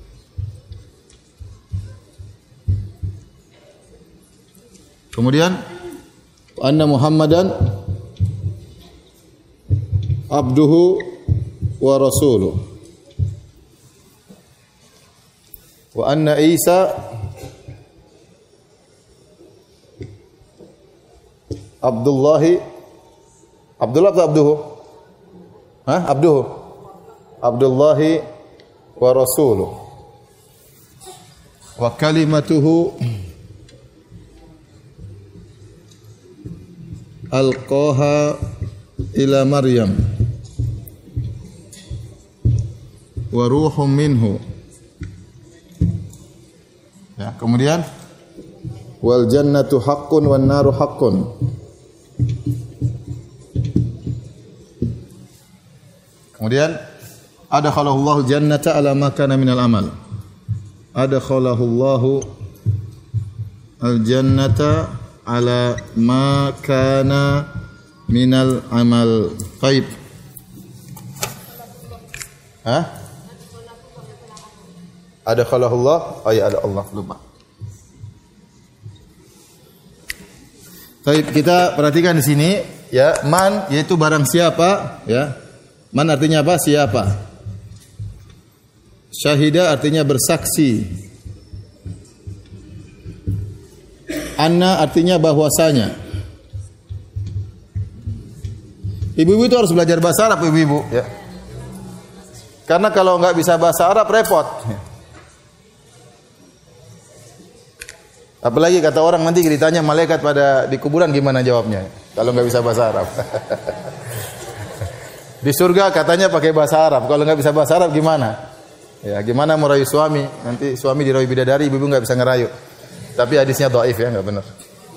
kemudian anna Muhammadan abduhu wa rasuluh wa anna Isa Abdullahi Abdullah atau abduhu? Hah? Abduhu. Abdullahi wa rasuluh wa kalimatuhu alqaha ila Maryam wa ruhum minhu." Ya, kemudian wal jannatu haqqun wan naru haqqun. Kemudian adkhalahu Allahu jannata ala ma kana minal amal. Adkhalahu Allahu al jannata ala ma kana minal amal. Baik. Hah? Ada khalahullah, oh ya ada Allah, lupa. Baik, kita perhatikan di sini ya, man yaitu barang siapa ya. Man artinya apa? Siapa? Syahida artinya bersaksi. Anna artinya bahwasanya. Ibu-ibu itu harus belajar bahasa Arab, ibu-ibu ya. Karena kalau enggak bisa bahasa Arab repot. Apalagi kata orang nanti ditanya malaikat pada di kuburan gimana jawabnya kalau enggak bisa bahasa Arab. Di surga katanya pakai bahasa Arab, kalau enggak bisa bahasa Arab gimana? Ya, gimana merayu suami? Nanti suami dirayu bidadari, ibu-ibu enggak bisa ngerayu. Tapi hadisnya dhaif ya, enggak benar.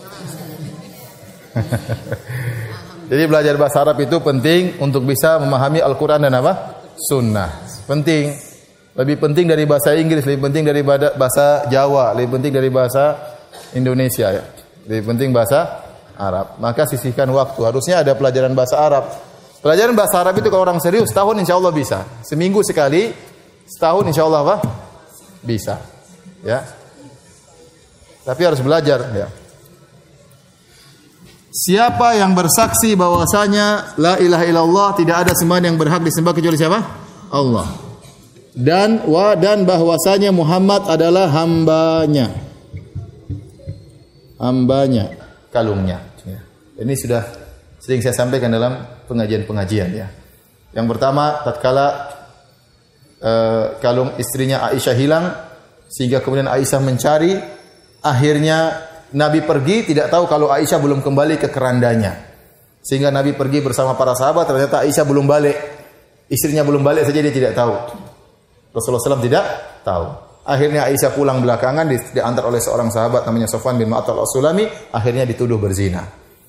Jadi belajar bahasa Arab itu penting untuk bisa memahami Al-Qur'an dan apa? Sunnah. Penting. Lebih penting dari bahasa Inggris, lebih penting dari bahasa Jawa, lebih penting dari bahasa Indonesia ya. Lebih penting bahasa Arab. Maka sisihkan waktu. Harusnya ada pelajaran bahasa Arab. Pelajaran bahasa Arab itu kalau orang serius setahun insyaallah bisa. Seminggu sekali, setahun insyaallah apa? Bisa. Ya. Tapi harus belajar ya. Siapa yang bersaksi bahwasanya la ilaha illallah, tidak ada sembahan yang berhak disembah kecuali siapa? Allah. Dan wa dan bahwasanya Muhammad adalah hambanya. Hambanya, kalungnya. Ya. Ini sudah sering saya sampaikan dalam pengajian-pengajian ya. Yang pertama, tatkala uh, kalung istrinya Aisyah hilang, sehingga kemudian Aisyah mencari, akhirnya Nabi pergi tidak tahu kalau Aisyah belum kembali ke kerandanya. Sehingga Nabi pergi bersama para sahabat, ternyata Aisyah belum balik. Istrinya belum balik saja dia tidak tahu. Rasulullah shallallahu alaihi wasallam tidak tahu. Akhirnya Aisyah pulang belakangan diantar oleh seorang sahabat namanya Sofwan bin Mu'attal As-Sulami, akhirnya dituduh berzina.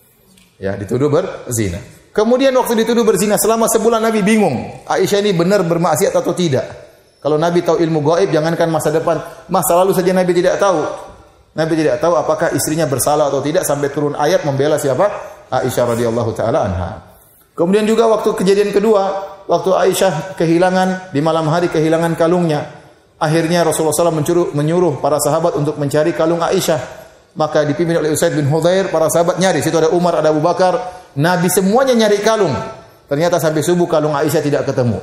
Ya, dituduh berzina. Kemudian waktu dituduh berzina selama sebulan Nabi bingung, Aisyah ini benar bermaksiat atau tidak. Kalau Nabi tahu ilmu gaib, jangankan masa depan, masa lalu saja Nabi tidak tahu. Nabi tidak tahu apakah istrinya bersalah atau tidak sampai turun ayat membela siapa? Aisyah radhiyallahu taala anha. Kemudian juga waktu kejadian kedua, waktu Aisyah kehilangan di malam hari kehilangan kalungnya. Akhirnya Rasulullah shallallahu alaihi wasallam menyuruh para sahabat untuk mencari kalung Aisyah. Maka dipimpin oleh Usaid bin Hudzair, para sahabat nyari. Situ ada Umar, ada Abu Bakar. Nabi semuanya nyari kalung. Ternyata sampai subuh kalung Aisyah tidak ketemu.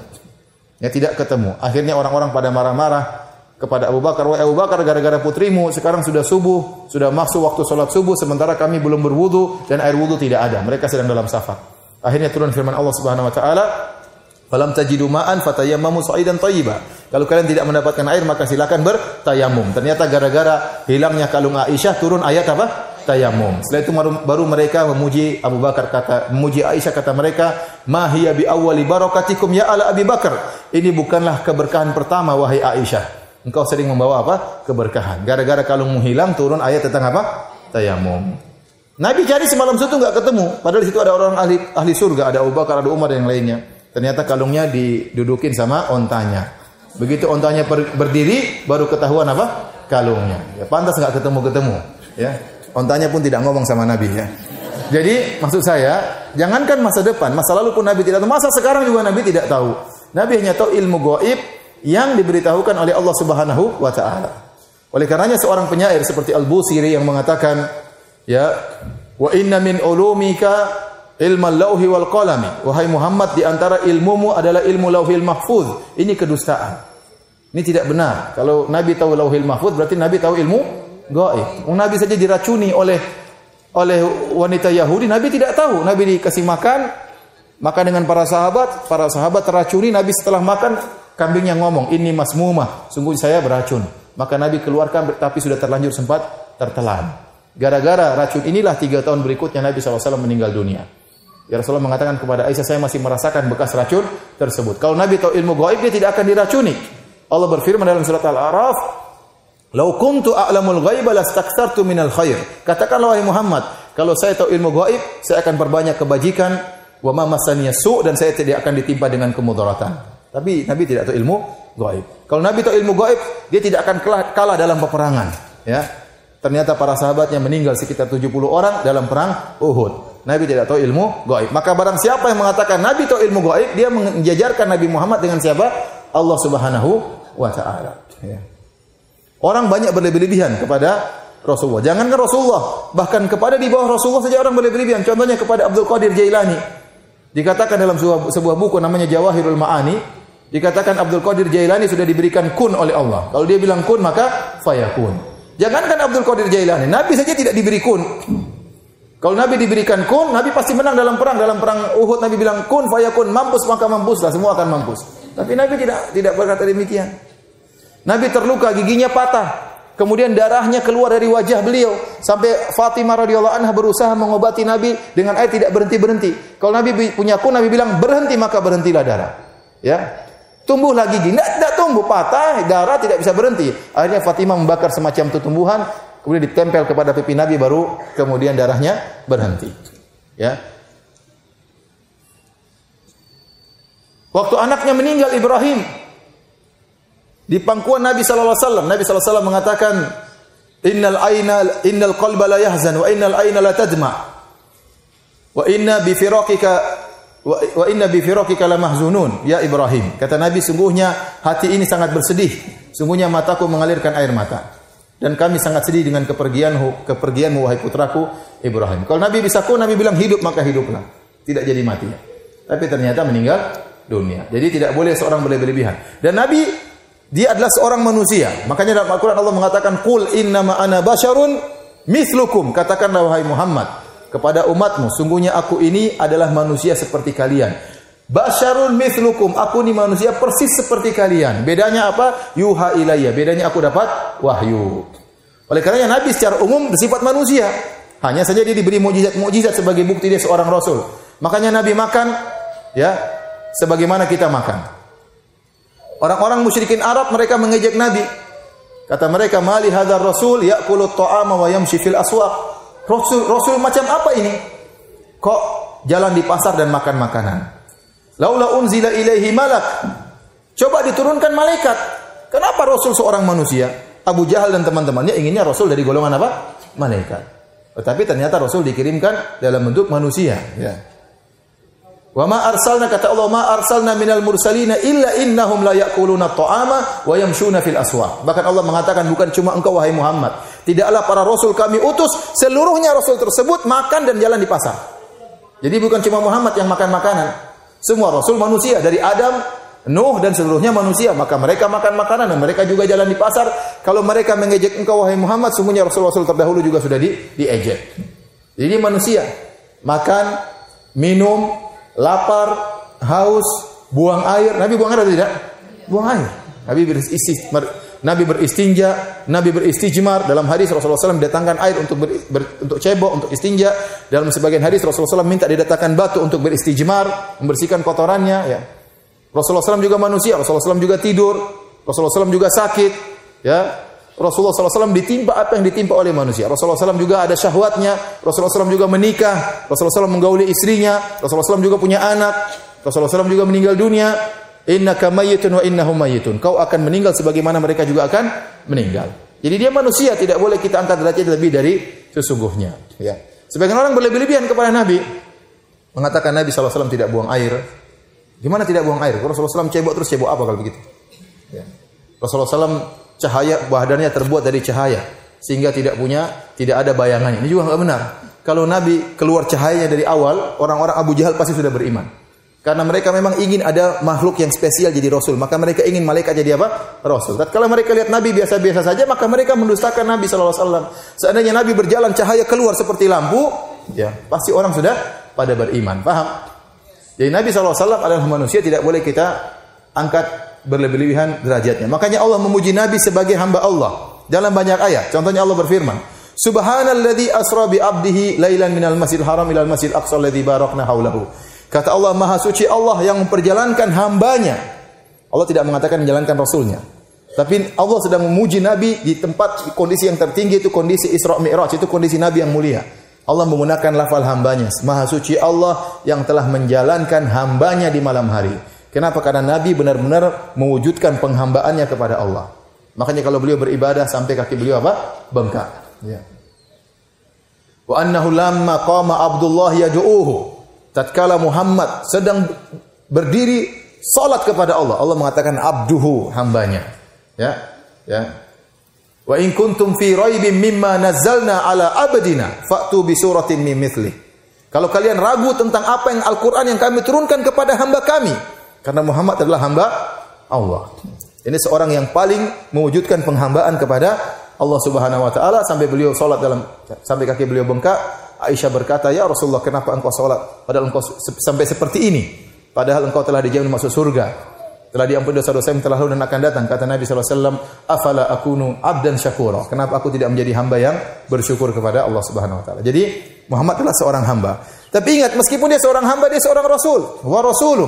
Ya tidak ketemu. Akhirnya orang-orang pada marah-marah kepada Abu Bakar, wahai Abu Bakar, gara-gara putrimu sekarang sudah subuh, sudah masuk waktu salat subuh, sementara kami belum berwudu dan air wudu tidak ada. Mereka sedang dalam safar. Akhirnya turun firman Allah Subhanahu wa taala, "Falam tajidu ma'an fatayammamu sa'idan thayyiba." Kalau kalian tidak mendapatkan air maka silakan bertayamum. Ternyata gara-gara hilangnya kalung Aisyah turun ayat apa? Tayamum. Setelah itu baru, baru mereka memuji Abu Bakar, kata memuji Aisyah, kata mereka, "Ma hiya bi awwali barakatikum ya ala Abi Bakar." Ini bukanlah keberkahan pertama wahai Aisyah. Engkau sering membawa apa? Keberkahan. Gara-gara kalungmu hilang turun ayat tentang apa? Tayamum. Nabi cari semalam suntuk enggak ketemu. Padahal di situ ada orang ahli ahli surga, ada Abu Bakar, ada Umar dan yang lainnya. Ternyata kalungnya didudukin sama ontanya. Begitu ontanya berdiri baru ketahuan apa? Kalungnya. Ya pantas enggak ketemu-ketemu, ya. Ontanya pun tidak ngomong sama Nabi ya. Jadi maksud saya, jangankan masa depan, masa lalu pun Nabi tidak tahu, masa sekarang juga Nabi tidak tahu. Nabi hanya tahu ilmu gaib yang diberitahukan oleh Allah Subhanahu wa taala. Oleh karenanya seorang penyair seperti Al-Busiri yang mengatakan, ya, wa inna min ulumika ilmal lauhi wal qalami. Wahai Muhammad, di antara ilmumu adalah ilmu Lauhil Mahfuz. Ini kedustaan. Ini tidak benar. Kalau Nabi tahu Lauhil Mahfuz berarti Nabi tahu ilmu gaib. Nabi saja diracuni oleh oleh wanita Yahudi, Nabi tidak tahu. Nabi dikasih makan, maka dengan para sahabat, para sahabat teracuni. Nabi setelah makan, kambingnya ngomong, ini masmumah, sungguh saya beracun. Maka Nabi keluarkan, tapi sudah terlanjur sempat tertelan. Gara-gara racun inilah tiga tahun berikutnya Nabi shallallahu alaihi wasallam meninggal dunia. Ya Rasulullah mengatakan kepada Aisyah, saya masih merasakan bekas racun tersebut. Kalau Nabi tahu ilmu gaib, dia tidak akan diracuni. Allah berfirman dalam surat Al-A'raf, "Lau kuntu a'lamul ghaiba lastakthartu minal khair." Katakanlah wahai Muhammad, kalau saya tahu ilmu gaib, saya akan perbanyak kebajikan, wa ma massaniya su', dan saya tidak akan ditimpa dengan kemudaratan. Tapi Nabi tidak tahu ilmu gaib. Kalau Nabi tahu ilmu gaib, dia tidak akan kalah dalam peperangan, ya. Ternyata para sahabatnya meninggal sekitar tujuh puluh orang dalam perang Uhud. Nabi tidak tahu ilmu gaib. Maka barang siapa yang mengatakan Nabi tahu ilmu gaib, dia menjajarkan Nabi Muhammad dengan siapa? Allah Subhanahu wa taala. Ya. Orang banyak berlebih-lebihan kepada Rasulullah. Jangankan Rasulullah, bahkan kepada di bawah Rasulullah saja orang berlebih-lebihan. Contohnya kepada Abdul Qadir Jailani. Dikatakan dalam sebuah, sebuah buku namanya Jawahirul Ma'ani, dikatakan Abdul Qadir Jailani sudah diberikan kun oleh Allah. Kalau dia bilang kun, maka fayakun. Jangankan Abdul Qadir Jailani, Nabi saja tidak diberi kun. Kalau Nabi diberikan kun, Nabi pasti menang dalam perang. Dalam perang Uhud Nabi bilang kun fayakun, mampus maka mampuslah, semua akan mampus. Tapi Nabi tidak tidak berkata demikian. Nabi terluka, giginya patah. Kemudian darahnya keluar dari wajah beliau sampai Fatimah radhiyallahu anha berusaha mengobati Nabi dengan air tidak berhenti-berhenti. Kalau Nabi punya kun, Nabi bilang berhenti maka berhentilah darah. Ya. Tumbuhlah gigi, tidak, tidak tumbuh, patah, darah tidak bisa berhenti. Akhirnya Fatimah membakar semacam tumbuhan, kemudian ditempel kepada pipi Nabi, baru kemudian darahnya berhenti. Ya. Waktu anaknya meninggal Ibrahim, di pangkuan Nabi sallallahu alaihi wasallam, Nabi sallallahu alaihi wasallam mengatakan, "Innal aina innal qalba la yahzan wa innal aina la tadma. Wa inna bi firaqika wa inna bi firaqika la mahzunun ya Ibrahim." Kata Nabi, sungguhnya hati ini sangat bersedih, sungguhnya mataku mengalirkan air mata. Dan kami sangat sedih dengan kepergianmu, kepergianmu wahai putraku Ibrahim. Kalau Nabi bisa kun, Nabi bilang hidup maka hiduplah, tidak jadi mati. Tapi ternyata meninggal dunia. Jadi tidak boleh seorang berlebihan. Dan Nabi dia adalah seorang manusia. Makanya dalam Al-Quran Allah mengatakan, "Qul innama ana basyarun mithlukum." Katakanlah wahai Muhammad kepada umatmu, sungguhnya aku ini adalah manusia seperti kalian. Basyarun mithlukum, aku ini manusia persis seperti kalian. Bedanya apa? Yuha ilayya, bedanya aku dapat wahyu. Oleh karenanya Nabi secara umum bersifat manusia. Hanya saja dia diberi mukjizat-mukjizat sebagai bukti dia seorang rasul. Makanya Nabi makan ya sebagaimana kita makan. Orang-orang musyrikin Arab mereka mengejek Nabi. Kata mereka, "Mali hadzal rasul ya'kulu at-ta'ama wa yamshi fil aswaq." Rasul rasul macam apa ini? Kok jalan di pasar dan makan makanan? Laula unzila ilaihi malak. Coba diturunkan malaikat. Kenapa rasul seorang manusia? Abu Jahal dan teman-temannya inginnya rasul dari golongan apa? Malaikat. Tetapi ternyata rasul dikirimkan dalam bentuk manusia, ya. Wa ma arsalna, kata Allah, ma arsalna minal mursalina illa innahum la ya'kuluna at-ta'ama wa yamshuna fil aswaq. Bahkan Allah mengatakan, bukan cuma engkau wahai Muhammad, tidaklah para rasul kami utus, seluruhnya rasul tersebut makan dan jalan di pasar. Jadi bukan cuma Muhammad yang makan makanan. Semua rasul manusia, dari Adam, Nuh dan seluruhnya manusia, maka mereka makan makanan dan mereka juga jalan di pasar. Kalau mereka mengejek engkau wahai Muhammad, sungguhnya rasul-rasul terdahulu juga sudah di diejek. Jadi manusia makan, minum, lapar, haus, buang air. Nabi buang air atau tidak? Buang air. Nabi beristinja, Nabi beristinja, Nabi beristijmar. Dalam hadis Rasulullah shallallahu alaihi wasallam datangkan air untuk ber, ber, untuk cebok, untuk istinja. Dalam sebagian hadis Rasulullah shallallahu alaihi wasallam minta didatangkan batu untuk beristijmar, membersihkan kotorannya. Ya. Rasulullah shallallahu alaihi wasallam juga manusia. Rasulullah shallallahu alaihi wasallam juga tidur. Rasulullah shallallahu alaihi wasallam juga sakit. Ya. Rasulullah shallallahu alaihi wasallam ditimpa apa yang ditimpa oleh manusia. Rasulullah shallallahu alaihi wasallam juga ada syahwatnya. Rasulullah shallallahu alaihi wasallam juga menikah. Rasulullah shallallahu alaihi wasallam menggauli istrinya. Rasulullah shallallahu alaihi wasallam juga punya anak. Rasulullah shallallahu alaihi wasallam juga meninggal dunia. Innaka mayyitun wa innahum mayyitun. Kau akan meninggal sebagaimana mereka juga akan meninggal. Jadi dia manusia, tidak boleh kita angkat derajatnya lebih dari sesungguhnya. Ya. Sebagian orang berlebih-lebihan kepada Nabi, mengatakan Nabi shallallahu alaihi wasallam tidak buang air. Gimana tidak buang air? Rasulullah shallallahu alaihi wasallam cebok terus cebok apa kalau begitu? Ya. Rasulullah shallallahu alaihi wasallam cahaya badannya terbuat dari cahaya sehingga tidak punya tidak ada bayangannya. Ini juga enggak benar. Kalau Nabi keluar cahayanya dari awal, orang-orang Abu Jahal pasti sudah beriman. Karena mereka memang ingin ada makhluk yang spesial jadi rasul, maka mereka ingin malaikat jadi apa? Rasul. Tatkala mereka lihat Nabi biasa-biasa saja, maka mereka mendustakan Nabi sallallahu alaihi wasallam. Seandainya Nabi berjalan cahaya keluar seperti lampu, ya, pasti orang sudah pada beriman. Paham? Jadi Nabi sallallahu alaihi wasallam adalah manusia, tidak boleh kita angkat berlebih-lebihan derajatnya. Makanya Allah memuji Nabi sebagai hamba Allah dalam banyak ayat. Contohnya Allah berfirman, "Subhanalladzi asra bi 'abdihi lailan minal masjidil haram ilal masjidil aqsa alladzi barakna haulahu." Kata Allah, Maha Suci Allah yang memperjalankan hambanya. Allah tidak mengatakan menjalankan Rasulnya. Tapi Allah sedang memuji Nabi di tempat kondisi yang tertinggi, itu kondisi Isra Mi'raj, itu kondisi Nabi yang mulia. Allah menggunakan lafal hambanya. Maha Suci Allah yang telah menjalankan hambanya di malam hari. Kenapa? Karena Nabi benar-benar mewujudkan penghambaannya kepada Allah. Makanya kalau beliau beribadah sampai kaki beliau apa? Bengkak. Ya. Wa annahu lamma qama Abdullah yad'uuhu. Tatkala Muhammad sedang berdiri salat kepada Allah, Allah mengatakan abduhu, hambanya. Ya, ya. Wa in kuntum fi raibin mimma nazzalna ala abdina fa'tu bi suratin min mithli. Kalau kalian ragu tentang apa yang Al-Qur'an yang kami turunkan kepada hamba kami, karena Muhammad adalah hamba Allah. Ini seorang yang paling mewujudkan penghambaan kepada Allah Subhanahu wa taala sampai beliau salat dalam sampai kaki beliau bengkak. Aisyah berkata, "Ya Rasulullah, kenapa engkau salat padahal engkau sampai seperti ini? Padahal engkau telah dijamin masuk surga. Telah diampuni dosa-dosa yang telah lalu dan akan datang." Kata Nabi sallallahu alaihi wasallam, "Afala akunu abdan syakura?" Kenapa aku tidak menjadi hamba yang bersyukur kepada Allah Subhanahu wa taala? Jadi Muhammad adalah seorang hamba. Tapi ingat, meskipun dia seorang hamba, dia seorang rasul. Wa rasuluh.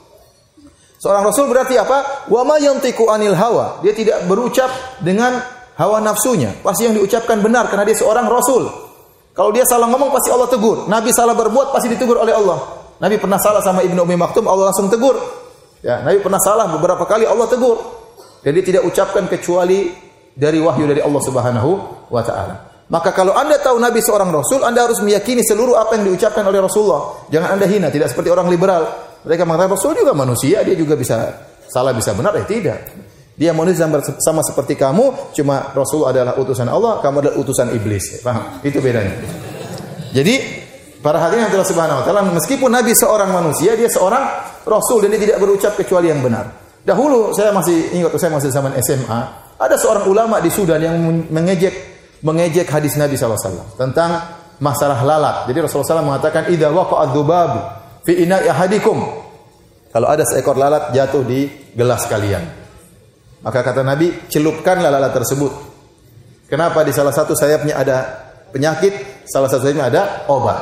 Seorang rasul berarti apa? Wa ma yantiqu anil hawa. Dia tidak berucap dengan hawa nafsunya. Pasti yang diucapkan benar karena dia seorang rasul. Kalau dia salah ngomong pasti Allah tegur. Nabi salah berbuat pasti ditegur oleh Allah. Nabi pernah salah sama Ibnu Ummi Maktum, Allah langsung tegur. Ya, Nabi pernah salah beberapa kali, Allah tegur. Jadi tidak ucapkan kecuali dari wahyu dari Allah Subhanahu wa taala. Maka kalau Anda tahu Nabi seorang rasul, Anda harus meyakini seluruh apa yang diucapkan oleh Rasulullah. Jangan Anda hina, tidak seperti orang liberal. Mereka mengatakan Rasul juga manusia, dia juga bisa salah bisa benar. Eh tidak. Dia manusia sama seperti kamu, cuma Rasul adalah utusan Allah, kamu adalah utusan iblis. Paham? Itu bedanya. Jadi, para hadirin Allah Subhanahu wa taala, meskipun Nabi seorang manusia, dia seorang rasul dan dia tidak berucap kecuali yang benar. Dahulu saya masih ingat, saya masih zaman S M A, ada seorang ulama di Sudan yang mengejek mengejek hadis Nabi sallallahu alaihi wasallam tentang masalah lalat. Jadi Rasulullah sallallahu alaihi wasallam mengatakan, "Idza waqa'a dzubabu fi ina'i ahadikum." Kalau ada seekor lalat jatuh di gelas kalian, maka kata Nabi, celupkanlah lalat tersebut. Kenapa? Di salah satu sayapnya ada penyakit, salah satu sayapnya ada obat.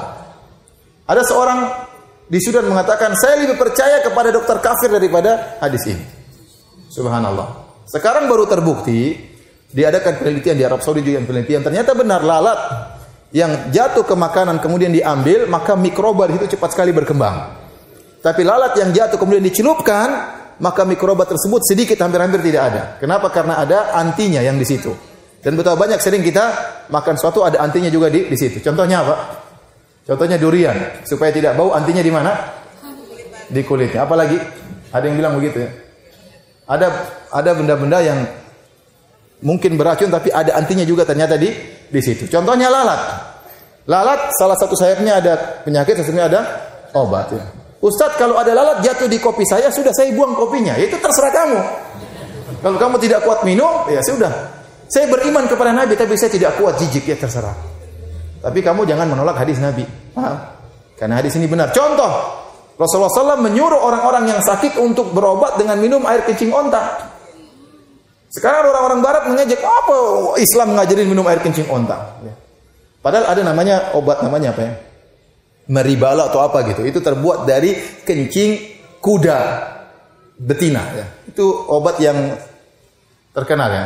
Ada seorang di Sudan mengatakan, saya lebih percaya kepada dokter kafir daripada hadis ini. Subhanallah. Sekarang baru terbukti, diadakan penelitian di Arab Saudi juga penelitian, ternyata benar lalat yang jatuh ke makanan kemudian diambil, maka mikroba di situ cepat sekali berkembang. Tapi lalat yang jatuh kemudian dicelupkan, maka mikroba tersebut sedikit, hampir-hampir tidak ada. Kenapa? Karena ada antinya yang di situ. Dan betapa banyak sering kita makan sesuatu ada antinya juga di di situ. Contohnya apa? Contohnya durian. Supaya tidak bau, antinya di mana? Di kulitnya. Apalagi? Ada yang bilang begitu ya. Ada ada benda-benda yang mungkin beracun tapi ada antinya juga ternyata di di situ. Contohnya lalat. Lalat salah satu sayapnya ada penyakit, satunya ada obat ya. Ustaz, kalau ada lalat jatuh di kopi saya, sudah saya buang kopinya. Itu terserah kamu. Kalau kamu tidak kuat minum, ya sudah. Saya beriman kepada Nabi, tapi saya tidak kuat jijik, ya terserah. Tapi kamu jangan menolak hadis Nabi. Paham? Karena hadis ini benar. Contoh, Rasulullah sallallahu alaihi wasallam menyuruh orang-orang yang sakit untuk berobat dengan minum air kencing onta. Sekarang orang-orang barat mengejek, apa Islam ngajarin minum air kencing onta? Padahal ada namanya obat, namanya apa ya? Meribala atau apa gitu. Itu terbuat dari kencing kuda betina ya. Itu obat yang terkenal ya.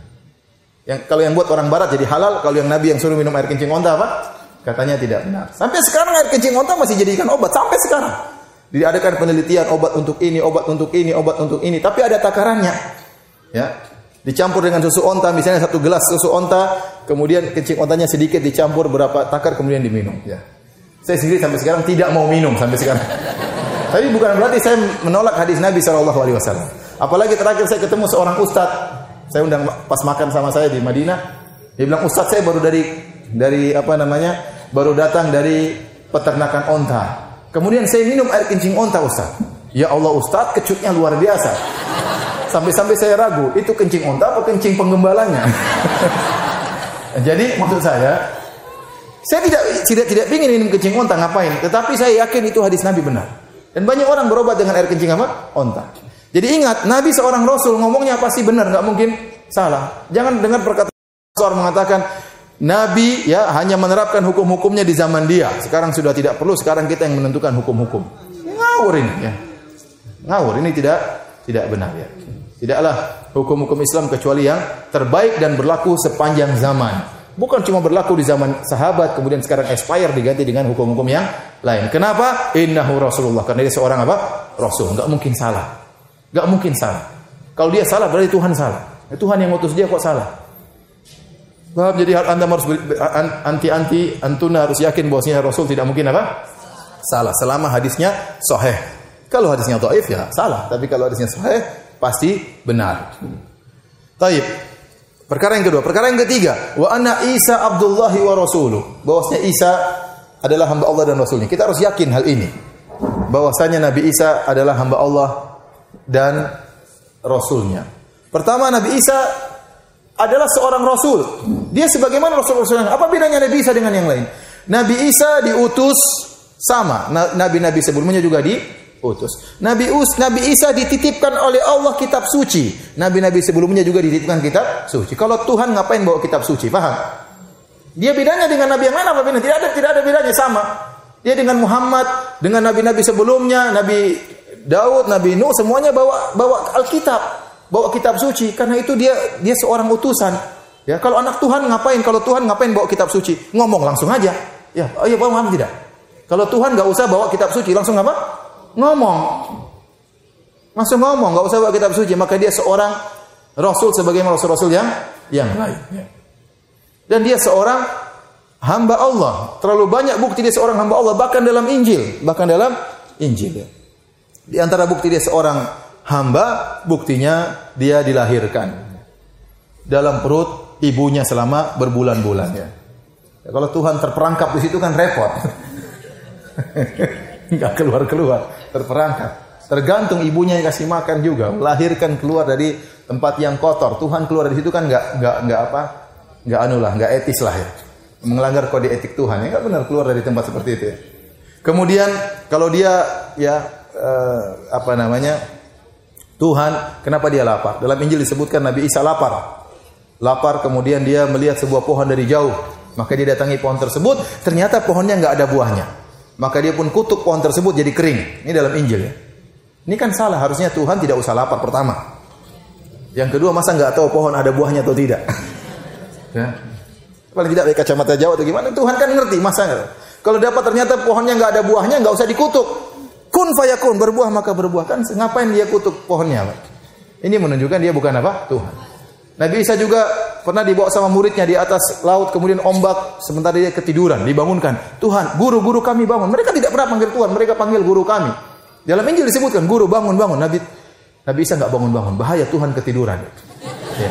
Yang kalau yang buat orang barat jadi halal, kalau yang Nabi yang suruh minum air kencing onta apa? Katanya tidak benar. Sampai sekarang air kencing onta masih jadikan obat sampai sekarang. Diadakan penelitian obat untuk ini, obat untuk ini, obat untuk ini, tapi ada takarannya. Ya. Dicampur dengan susu onta, misalnya satu gelas susu onta, kemudian kencing ontanya sedikit dicampur berapa takar kemudian diminum ya. Saya sendiri sampai sekarang tidak mau minum sampai sekarang. Tapi bukan berarti saya menolak hadis Nabi shallallahu alaihi wasallam. Apalagi terakhir saya ketemu seorang ustaz. Saya undang pas makan sama saya di Madinah. Dia bilang, "Ustaz, saya baru dari dari apa namanya? Baru datang dari peternakan onta. Kemudian saya minum air kencing onta, Ustaz." Ya Allah, Ustaz, kecutnya luar biasa. Sampai-sampai saya ragu, itu kencing onta apa kencing penggembalanya? Jadi maksud saya, saya tidak tidak tidak ingin minum kencing onta, ngapain? Tetapi saya yakin itu hadis Nabi benar. Dan banyak orang berobat dengan air kencing apa? Onta. Jadi ingat, Nabi seorang Rasul, ngomongnya pasti benar, nggak mungkin salah. Jangan dengar perkataan seorang mengatakan Nabi ya hanya menerapkan hukum-hukumnya di zaman dia. Sekarang sudah tidak perlu, sekarang kita yang menentukan hukum-hukum. Ngawur ini ya. Ngawur ini tidak tidak benar ya. Tidaklah hukum-hukum Islam kecuali yang terbaik dan berlaku sepanjang zaman. Bukan cuma berlaku di zaman sahabat, kemudian sekarang expire diganti dengan hukum-hukum yang lain. Kenapa? Innahu Rasulullah. Karena dia seorang apa? Rasul. Enggak mungkin salah. Enggak mungkin salah. Kalau dia salah berarti Tuhan salah. Tuhan yang ngutus dia kok salah? Bahwa jadi Anda harus anti-anti, antuna harus yakin bahwasanya Rasul tidak mungkin apa? Salah. Selama hadisnya sahih. Kalau hadisnya dhaif ya salah, tapi kalau hadisnya sahih pasti benar. Taib. Perkara yang kedua, perkara yang ketiga, wa anna Isa Abdullahi wa rasuluh. Bahwasanya Isa adalah hamba Allah dan rasulnya. Kita harus yakin hal ini. Bahwasanya Nabi Isa adalah hamba Allah dan rasulnya. Pertama, Nabi Isa adalah seorang rasul. Dia sebagaimana rasul-rasul yang apa bedanya Nabi Isa dengan yang lain? Nabi Isa diutus sama nabi-nabi sebelumnya juga diutus. Nabi Us, Nabi Isa dititipkan oleh Allah kitab suci. Nabi-nabi sebelumnya juga dititipkan kitab suci. Kalau Tuhan ngapain bawa kitab suci? Paham? Dia bedanya dengan nabi yang lain apa bedanya? Tidak ada tidak ada bedanya, sama. Dia dengan Muhammad, dengan nabi-nabi sebelumnya, Nabi Daud, Nabi Nuh semuanya bawa bawa Alkitab, bawa kitab suci. Karena itu dia dia seorang utusan. Ya, kalau anak Tuhan ngapain? Kalau Tuhan ngapain bawa kitab suci? Ngomong langsung aja. Ya, oh iya, paham tidak? Kalau Tuhan enggak usah bawa kitab suci, langsung apa? Ngomong. Langsung ngomong, enggak usah bawa kitab suci, maka dia seorang rasul sebagaimana rasul-rasul yang yang lain. Dan dia seorang hamba Allah. Terlalu banyak bukti dia seorang hamba Allah, bahkan dalam Injil, bahkan dalam Injil. Di antara bukti dia seorang hamba, buktinya dia dilahirkan dalam perut ibunya selama berbulan-bulan ya. Ya, kalau Tuhan terperangkap di situ kan repot. Enggak keluar-keluar, terperangkap. Tergantung ibunya yang kasih makan juga, melahirkan keluar dari tempat yang kotor. Tuhan keluar dari situ kan enggak enggak enggak apa? Enggak anu lah, enggak etis lah ya. Melanggar kode etik Tuhan. Ya enggak benar keluar dari tempat seperti itu ya. Kemudian kalau dia ya eh, apa namanya? Tuhan, kenapa dia lapar? Dalam Injil disebutkan Nabi Isa lapar. Lapar kemudian dia melihat sebuah pohon dari jauh. Maka dia datangi pohon tersebut, ternyata pohonnya enggak ada buahnya. Maka dia pun kutuk pohon tersebut jadi kering. Ini dalam Injil ya. Ini kan salah, harusnya Tuhan tidak usah lapar pertama. Yang kedua, masa enggak tahu pohon ada buahnya atau tidak? Ya. Paling tidak pakai kacamata jauh atau gimana? Tuhan kan ngerti, masa enggak? Kalau dapat ternyata pohonnya enggak ada buahnya, enggak usah dikutuk. Kun fayakun, berbuah maka berbuah. Kan ngapain dia kutuk pohonnya? Ini menunjukkan dia bukan apa? Tuhan. Nabi Isa juga pernah dibawa sama muridnya di atas laut, kemudian ombak, sementara dia ketiduran, dibangunkan. Tuhan, guru-guru kami bangun. Mereka tidak pernah panggil Tuhan, mereka panggil guru kami. Dalam Injil disebutkan, guru bangun-bangun. Nabi Nabi Isa enggak bangun-bangun, bahaya Tuhan ketiduran. Ya.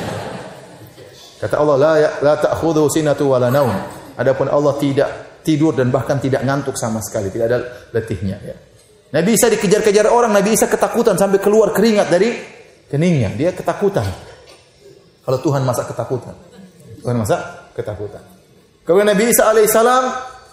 Kata Allah, la la ta'khudhu sinatu wala naum. Adapun Allah tidak tidur dan bahkan tidak ngantuk sama sekali, tidak ada letihnya ya. Nabi Isa dikejar-kejar orang, Nabi Isa ketakutan sampai keluar keringat dari keningnya. Dia ketakutan. Kalau Tuhan masa ketakutan. Tuhan masa ketakutan. Kemudian Nabi Isa alaihissalam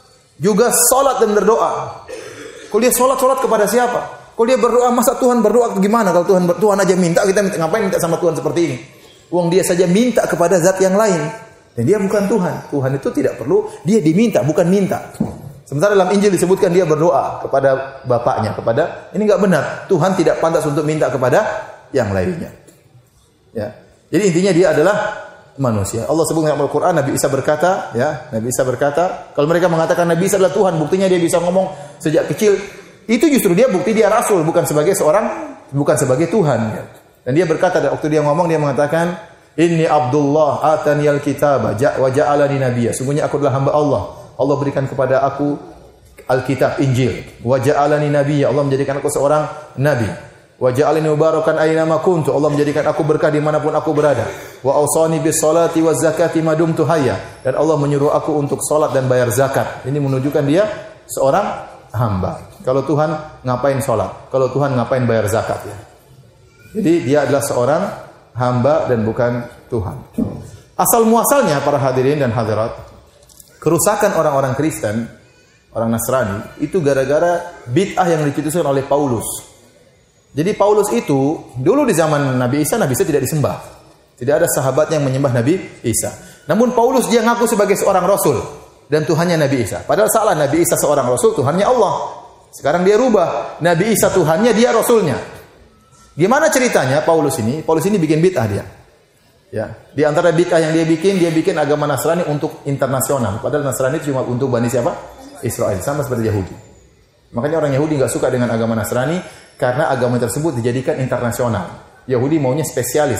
juga salat dan berdoa. Kalau dia salat, salat kepada siapa? Kalau dia berdoa, masa Tuhan berdoa gimana? Kalau Tuhan Tuhan aja minta, kita minta, ngapain minta sama Tuhan seperti ini? Uang dia saja minta kepada zat yang lain. Dan dia bukan Tuhan. Tuhan itu tidak perlu, dia diminta, bukan minta. Sementara dalam Injil disebutkan dia berdoa kepada bapaknya, kepada, ini enggak benar. Tuhan tidak pantas untuk minta kepada yang lainnya. Ya. Jadi intinya dia adalah manusia. Allah sebut dalam Al-Quran, Nabi Isa berkata, ya, Nabi Isa berkata, kalau mereka mengatakan Nabi Isa adalah Tuhan, buktinya dia bisa ngomong sejak kecil. Itu justru dia bukti dia rasul, bukan sebagai seorang, bukan sebagai Tuhan. Ya. Dan dia berkata, waktu dia ngomong, dia mengatakan, Inni Abdullah ataniyal kitaba wa ja'alani nabiyya. Sungguhnya aku adalah hamba Allah. Allah berikan kepada aku Alkitab, Injil. Wa ja'alani nabiyya. Allah menjadikan aku seorang nabi. Wa ja'alani mubarakan aina ma kuntu. Allah menjadikan aku berkah dimanapun aku berada. Wa awsani bis salati waz zakati ma dumtu hayya. Dan Allah menyuruh aku untuk salat dan bayar zakat. Ini menunjukkan dia seorang hamba. Kalau Tuhan ngapain salat? Kalau Tuhan ngapain bayar zakat ya? Jadi dia adalah seorang hamba dan bukan Tuhan. Asal muasalnya para hadirin dan hadirat, kerusakan orang-orang Kristen, orang Nasrani itu gara-gara bid'ah yang dicetuskan oleh Paulus. Jadi Paulus itu dulu di zaman Nabi Isa, Nabi Isa tidak disembah. Tidak ada sahabat yang menyembah Nabi Isa. Namun Paulus dia ngaku sebagai seorang rasul dan Tuhannya Nabi Isa. Padahal salah, Nabi Isa seorang rasul, Tuhannya Allah. Sekarang dia rubah, Nabi Isa Tuhannya, dia rasulnya. Gimana ceritanya Paulus ini? Paulus ini bikin bid'ah dia. Ya, di antara bid'ah yang dia bikin, dia bikin agama Nasrani untuk internasional. Padahal Nasrani itu cuma untuk Bani siapa? Israel, sama seperti Yahudi. Makanya orang Yahudi enggak suka dengan agama Nasrani karena agama tersebut dijadikan internasional. Yahudi maunya spesialis,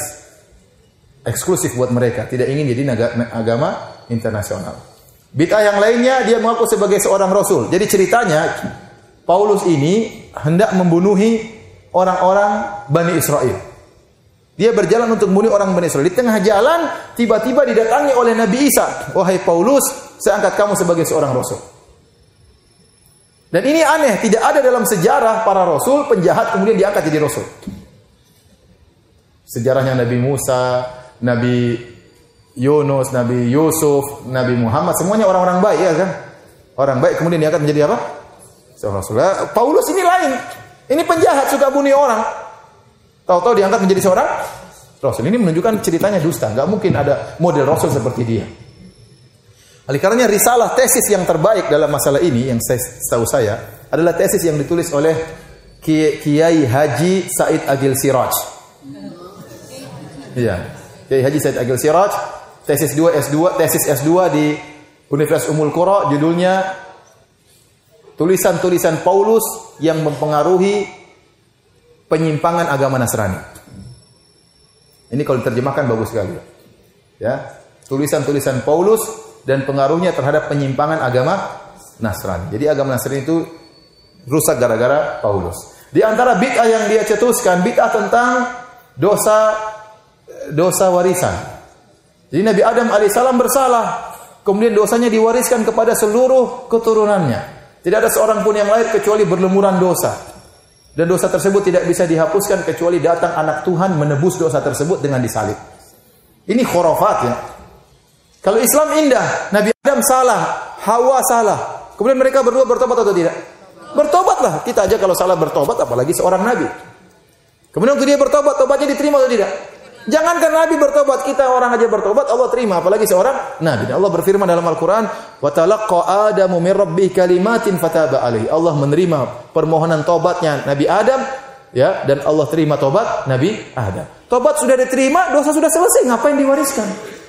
eksklusif buat mereka, tidak ingin jadi agama internasional. Bid'ah yang lainnya dia mengaku sebagai seorang rasul. Jadi ceritanya Paulus ini hendak membunuhi orang-orang Bani Israel. Dia berjalan untuk membunuh orang Bani Israel. Di tengah jalan, tiba-tiba didatangi oleh Nabi Isa. Wahai Paulus, saya angkat kamu sebagai seorang rasul. Dan ini aneh, tidak ada dalam sejarah para rasul, penjahat kemudian diangkat jadi rasul. Sejarahnya Nabi Musa, Nabi Yunus, Nabi Yusuf, Nabi Muhammad, semuanya orang-orang baik, ya kan? Orang baik kemudian diangkat menjadi apa? Seorang rasul. Paulus ini lain. Ini penjahat, suka bunuh orang. Tahu-tahu diangkat menjadi seorang rasul. Ini menunjukkan ceritanya dusta. Enggak mungkin ada model rasul seperti dia. Oleh karenanya risalah tesis yang terbaik dalam masalah ini yang saya tahu saya adalah tesis yang ditulis oleh Kiai Haji Said Agil Siraj. Iya, Kiai Haji Said Agil Siraj, tesis dua S dua, tesis S dua di Universitas Ummul Qura, judulnya tulisan-tulisan Paulus yang mempengaruhi penyimpangan agama Nasrani. Ini kalau diterjemahkan bagus sekali. Ya, tulisan-tulisan Paulus dan pengaruhnya terhadap penyimpangan agama Nasrani. Jadi agama Nasrani itu rusak gara-gara Paulus. Di antara bid'ah yang dia cetuskan, bid'ah tentang dosa dosa warisan. Jadi Nabi Adam alaihissalam bersalah, kemudian dosanya diwariskan kepada seluruh keturunannya. Tidak ada seorang pun yang lahir kecuali berlumuran dosa. Dan dosa tersebut tidak bisa dihapuskan kecuali datang anak Tuhan menebus dosa tersebut dengan disalib. Ini khurafat ya. Kalau Islam indah, Nabi Adam salah, Hawa salah. Kemudian mereka berdua bertobat atau tidak? Bertobatlah. Kita aja kalau salah bertobat, apalagi seorang Nabi. Kemudian waktu dia bertobat, tobatnya diterima atau tidak? Jangankan Nabi bertobat, kita orang aja bertobat, Allah terima. Apalagi seorang Nabi. Dan Allah berfirman dalam Al-Quran, وَتَلَقَّ آدَمُ مِنْ رَبِّهِ كَلِمَاتٍ فَتَابَ عَلَيْهِ. Allah menerima permohonan tobatnya Nabi Adam, ya, dan Allah terima tobat Nabi Adam. Tobat sudah diterima, dosa sudah selesai, ngapain diwariskan?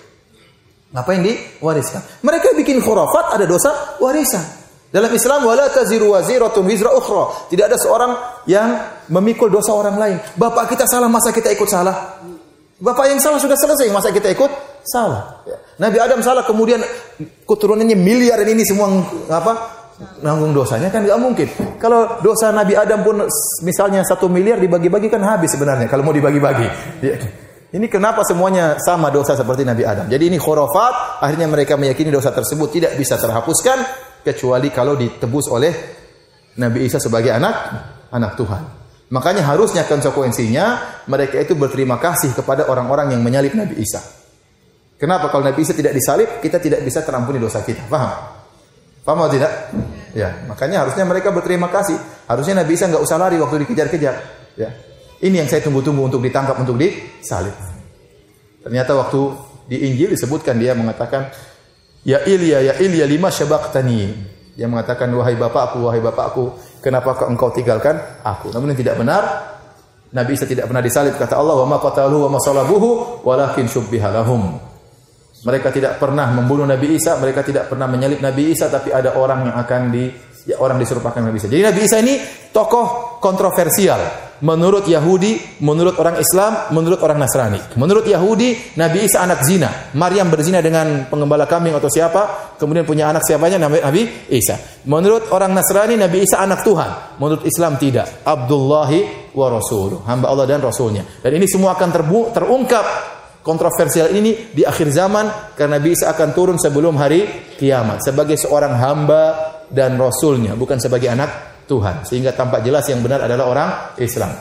Ngapain diwariskan? Mereka bikin khurafat, ada dosa warisan. Dalam Islam, wala taziru waziratun wizra ukhra. Tidak ada seorang yang memikul dosa orang lain. Bapak kita salah, masa kita ikut salah? Bapak yang salah sudah selesai, masa kita ikut salah? Nabi Adam salah, kemudian keturunannya miliaran ini semua apa? Nanggung dosanya, kan nggak mungkin. Kalau dosa Nabi Adam pun misalnya satu miliar dibagi-bagi kan habis sebenarnya. Kalau mau dibagi-bagi. Ini kenapa semuanya sama dosa seperti Nabi Adam. Jadi ini khurafat, akhirnya mereka meyakini dosa tersebut tidak bisa terhapuskan kecuali kalau ditebus oleh Nabi Isa sebagai anak anak Tuhan. Makanya harusnya konsekuensinya mereka itu berterima kasih kepada orang-orang yang menyalib Nabi Isa. Kenapa? Kalau Nabi Isa tidak disalib, kita tidak bisa terampuni dosa kita. Paham? Paham atau tidak? Ya, makanya harusnya mereka berterima kasih. Harusnya Nabi Isa enggak usah lari waktu dikejar-kejar, ya. Ini yang saya tunggu-tunggu untuk ditangkap, untuk disalib. Ternyata waktu di Injil disebutkan dia mengatakan, Ya Ilya, ya Ilya lima syabaqtani. Dia mengatakan, wahai bapakku, wahai bapakku, kenapa engkau tinggalkan aku? Namun yang tidak benar, Nabi Isa tidak pernah disalib. Kata Allah, wa ma qataluhu wa ma salabuhu walakin syubbiha lahum. Mereka tidak pernah membunuh Nabi Isa, mereka tidak pernah menyalib Nabi Isa, tapi ada orang yang akan di ya, orang diserupakan Nabi Isa. Jadi Nabi Isa ini tokoh kontroversial. Menurut Yahudi, menurut orang Islam, menurut orang Nasrani. Menurut Yahudi, Nabi Isa anak zina. Maryam berzina dengan pengembala kambing atau siapa, kemudian punya anak siapanya, Nabi Isa. Menurut orang Nasrani, Nabi Isa anak Tuhan. Menurut Islam tidak. Abdullahi wa rasuluh. Hamba Allah dan Rasulnya. Dan ini semua akan terbu- terungkap kontroversial ini di akhir zaman, karena Nabi Isa akan turun sebelum hari kiamat. Sebagai seorang hamba dan Rasulnya, bukan sebagai anak Tuhan, sehingga tampak jelas yang benar adalah orang Islam.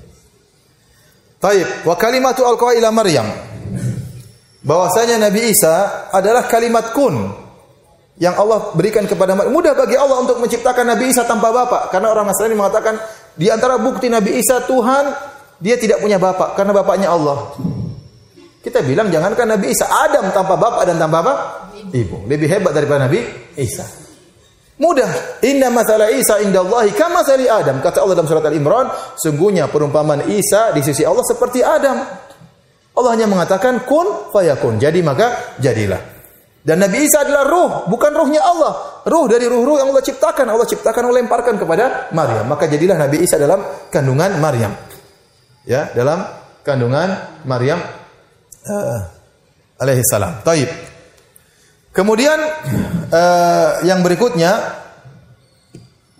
Taib, wa kalimatu alqa ila Maryam. Bahwasanya Nabi Isa adalah kalimat kun yang Allah berikan kepada Maryam. Mudah bagi Allah untuk menciptakan Nabi Isa tanpa bapak, karena orang Nasrani mengatakan di antara bukti Nabi Isa Tuhan, dia tidak punya bapak karena bapaknya Allah. Kita bilang jangankan Nabi Isa, Adam tanpa bapak dan tanpa apa? Ibu. Lebih hebat daripada Nabi Isa. Mudah. Inna mathala Isa indallahi kama mathali Adam. Kata Allah dalam surat Al-Imran, sungguhnya perumpamaan Isa di sisi Allah seperti Adam. Allah hanya mengatakan kun fayakun. Jadi maka jadilah. Dan Nabi Isa adalah ruh, bukan ruhnya Allah. Ruh dari ruh-ruh yang Allah ciptakan. Allah ciptakan, Allah lemparkan kepada Maryam. Maka jadilah Nabi Isa dalam kandungan Maryam. Ya, dalam kandungan Maryam uh, alaihi salam. Taib. Kemudian uh, yang berikutnya,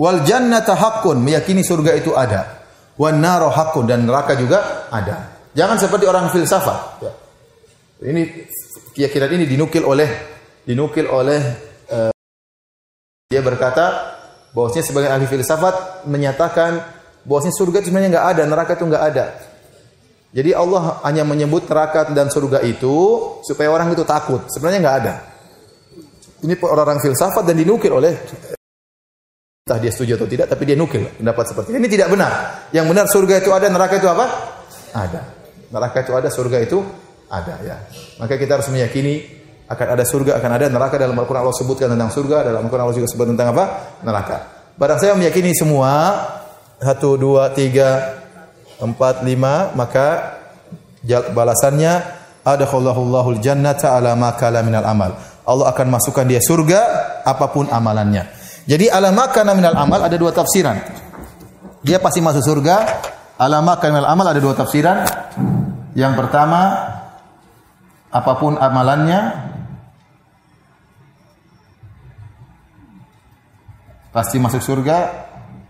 Wal jannata haqqun, meyakini surga itu ada. Wan naru haqqun, dan neraka juga ada. Jangan seperti orang filsafat. Ya. Ini keyakinan ini dinukil oleh dinukil oleh uh, dia berkata bahwasanya sebagai ahli filsafat menyatakan bahwasanya surga itu sebenarnya enggak ada, neraka itu enggak ada. Jadi Allah hanya menyebut neraka dan surga itu supaya orang itu takut. Sebenarnya enggak ada. Ini orang-orang filsafat dan dinukil oleh, entah dia setuju atau tidak, tapi dia nukil pendapat seperti ini. Ini tidak benar. Yang benar surga itu ada, neraka itu apa? Ada. Neraka itu ada, surga itu ada, ya. Maka kita harus meyakini akan ada surga, akan ada neraka. Dalam Al-Quran Allah sebutkan tentang surga, dalam Al-Quran Allah juga sebut tentang apa? Neraka. Barang saya meyakini semua, satu, dua, tiga, empat, lima, maka balasannya adakhallahu jannata ala ma kala minal amal. Allah akan masukkan dia surga apapun amalannya. Jadi ala ma kana minal amal ada dua tafsiran. Dia pasti masuk surga. Ala ma kana minal amal ada dua tafsiran. Yang pertama, apapun amalannya pasti masuk surga.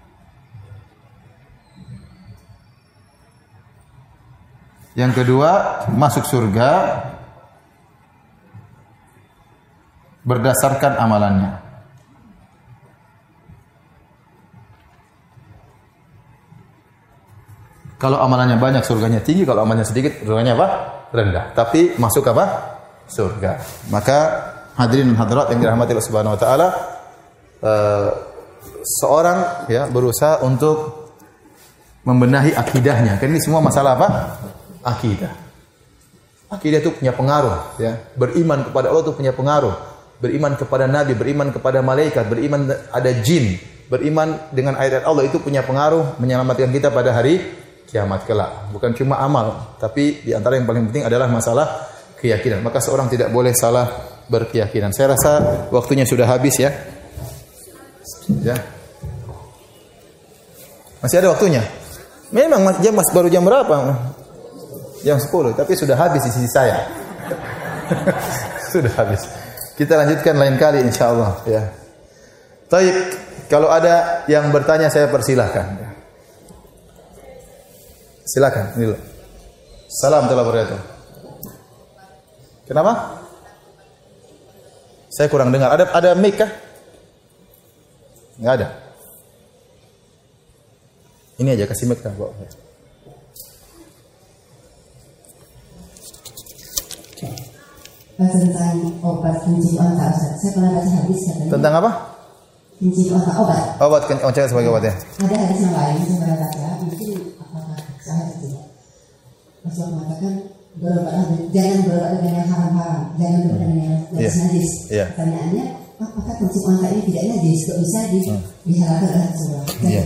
Yang kedua, masuk surga berdasarkan amalannya. Kalau amalannya banyak, surganya tinggi. Kalau amalannya sedikit, surganya apa? Rendah. Tapi masuk apa? Surga. Maka hadirin dan hadirat yang dirahmati Allah Subhanahu wa taala, uh, seorang ya berusaha untuk membenahi akidahnya. Karena ini semua masalah apa? Akidah. Akidah itu punya pengaruh, ya. Beriman kepada Allah itu punya pengaruh. Beriman kepada Nabi, beriman kepada malaikat, beriman ada jin, beriman dengan ayat Allah itu punya pengaruh menyelamatkan kita pada hari kiamat kelak. Bukan cuma amal, tapi di antara yang paling penting adalah masalah keyakinan. Maka seorang tidak boleh salah berkeyakinan. Saya rasa waktunya sudah habis, ya. Ya. Masih ada waktunya? Memang jam mas baru jam berapa? Jam sepuluh, tapi sudah habis di sisi saya. Sudah habis. Kita lanjutkan lain kali insyaallah, ya. Baik, kalau ada yang bertanya saya persilahkan. Silakan, ini dulu. Salam warahmatullahi wabarakatuh. Kenapa? Saya kurang dengar. Ada ada mic kah? Enggak ada. Ini aja kasih mic kan, Pak. Tentang obat kencing otak, Ustaz. Saya pernah baca hadis katanya. Tentang apa? Kencing otak, obat. Obat kencing otak sebagai obat, ya. Ada hadis yang lain saya pernah baca, mungkin apakah salah atau tidak. Rasul mengatakan berobatlah, jangan berobat dengan yang haram-haram, jangan berobat dengan yang najis najis. Yeah. Pertanyaannya, apakah kencing otak ini tidak najis? Kok bisa di hmm. dihalalkan oleh Rasulullah? Iya.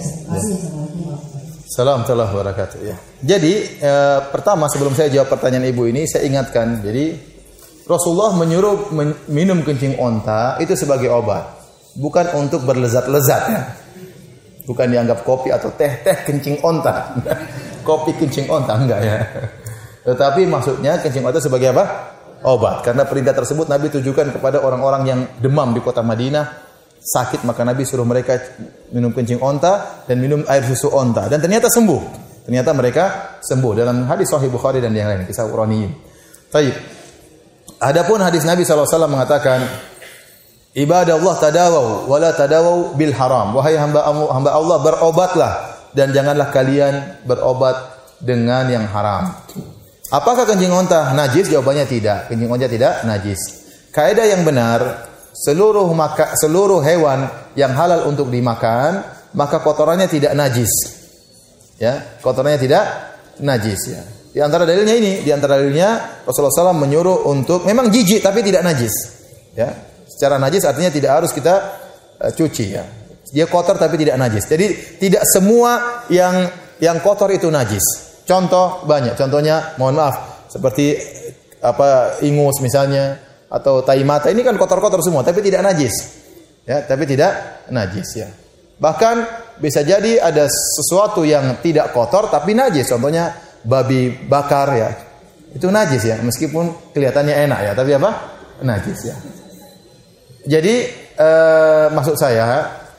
Salam warahmatullahi wabarakatuh. Ya. Jadi eh, pertama sebelum saya jawab pertanyaan ibu ini, saya ingatkan. Jadi Rasulullah menyuruh minum kencing onta itu sebagai obat, bukan untuk berlezat-lezat, ya. Bukan dianggap kopi atau teh-teh kencing onta. Kopi kencing onta enggak, ya. Tetapi maksudnya kencing onta sebagai apa? Obat. Karena perintah tersebut Nabi tujukan kepada orang-orang yang demam di kota Madinah, sakit, maka Nabi suruh mereka minum kencing onta dan minum air susu onta, dan ternyata sembuh. Ternyata mereka sembuh dalam hadis Sahih Bukhari dan yang lain, kisah Qur'aniyin. Baik. Adapun hadis Nabi sallallahu alaihi wasallam mengatakan, ibadallah tadawau wala tadawau bil haram. Wahai hamba hamba Allah, berobatlah dan janganlah kalian berobat dengan yang haram. Apakah kencing onta najis? Jawabannya tidak. Kencing onta tidak najis. Kaidah yang benar, seluruh maka seluruh hewan yang halal untuk dimakan, maka kotorannya tidak najis. Ya, kotorannya tidak najis, ya. Di antara dalilnya ini, di antara dalilnya Rasulullah shallallahu alaihi wasallam menyuruh untuk memang jijik tapi tidak najis. Ya, secara najis artinya tidak harus kita uh, cuci, ya. Dia kotor tapi tidak najis. Jadi tidak semua yang yang kotor itu najis. Contoh banyak. Contohnya, mohon maaf, seperti apa ingus misalnya atau tai mata. Ini kan kotor-kotor semua tapi tidak najis. Ya, tapi tidak najis, ya. Bahkan bisa jadi ada sesuatu yang tidak kotor tapi najis. Contohnya babi bakar, ya, itu najis, ya, meskipun kelihatannya enak, ya, tapi apa? Najis, ya. Jadi eh, maksud saya